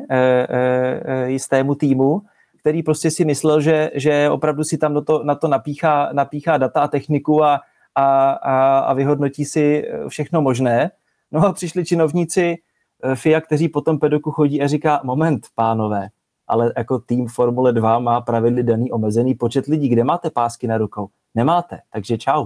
jistému týmu, který prostě si myslel, že, že opravdu si tam do to, na to napíchá, napíchá data a techniku a, a, a, a vyhodnotí si všechno možné. No a přišli činovníci F I A, kteří potom pedoku chodí a říká, moment, pánové, ale jako tým Formule dva má pravidly daný omezený počet lidí. Kde máte pásky na rukou? Nemáte, takže čau.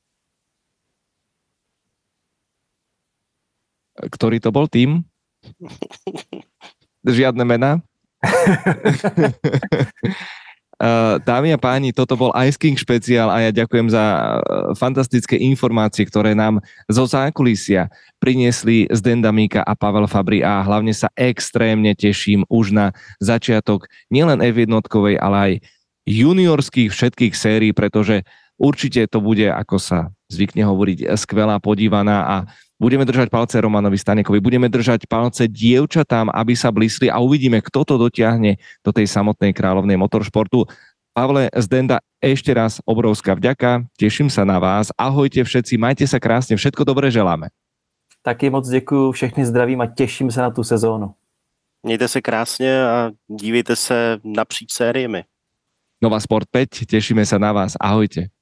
Ktorý to bol tým? Žiadne mená? Dámy a páni, toto bol Ice King špeciál a ja ďakujem za fantastické informácie, ktoré nám zo zákulisia priniesli Zdenda Míka a Pavel Fabry a hlavne sa extrémne teším už na začiatok nielen ef jedna, ale aj juniorských všetkých sérií, pretože určite to bude, ako sa zvykne hovoriť, skvelá podívaná a budeme držať palce Romanovi Staňekovi, budeme držať palce dievčatám, aby sa blísli a uvidíme, kto to dotiahne do tej samotnej kráľovnej motoršportu. Pavle, Zdenda, ešte raz obrovská vďaka, teším sa na vás, ahojte všetci, majte sa krásne, všetko dobré želáme. Taky moc děkuju, všechny zdravím a těším se na tu sezónu. Mějte se krásně a dívejte se napříč sériemi. Nova Sport päť, tešíme sa na vás, ahojte.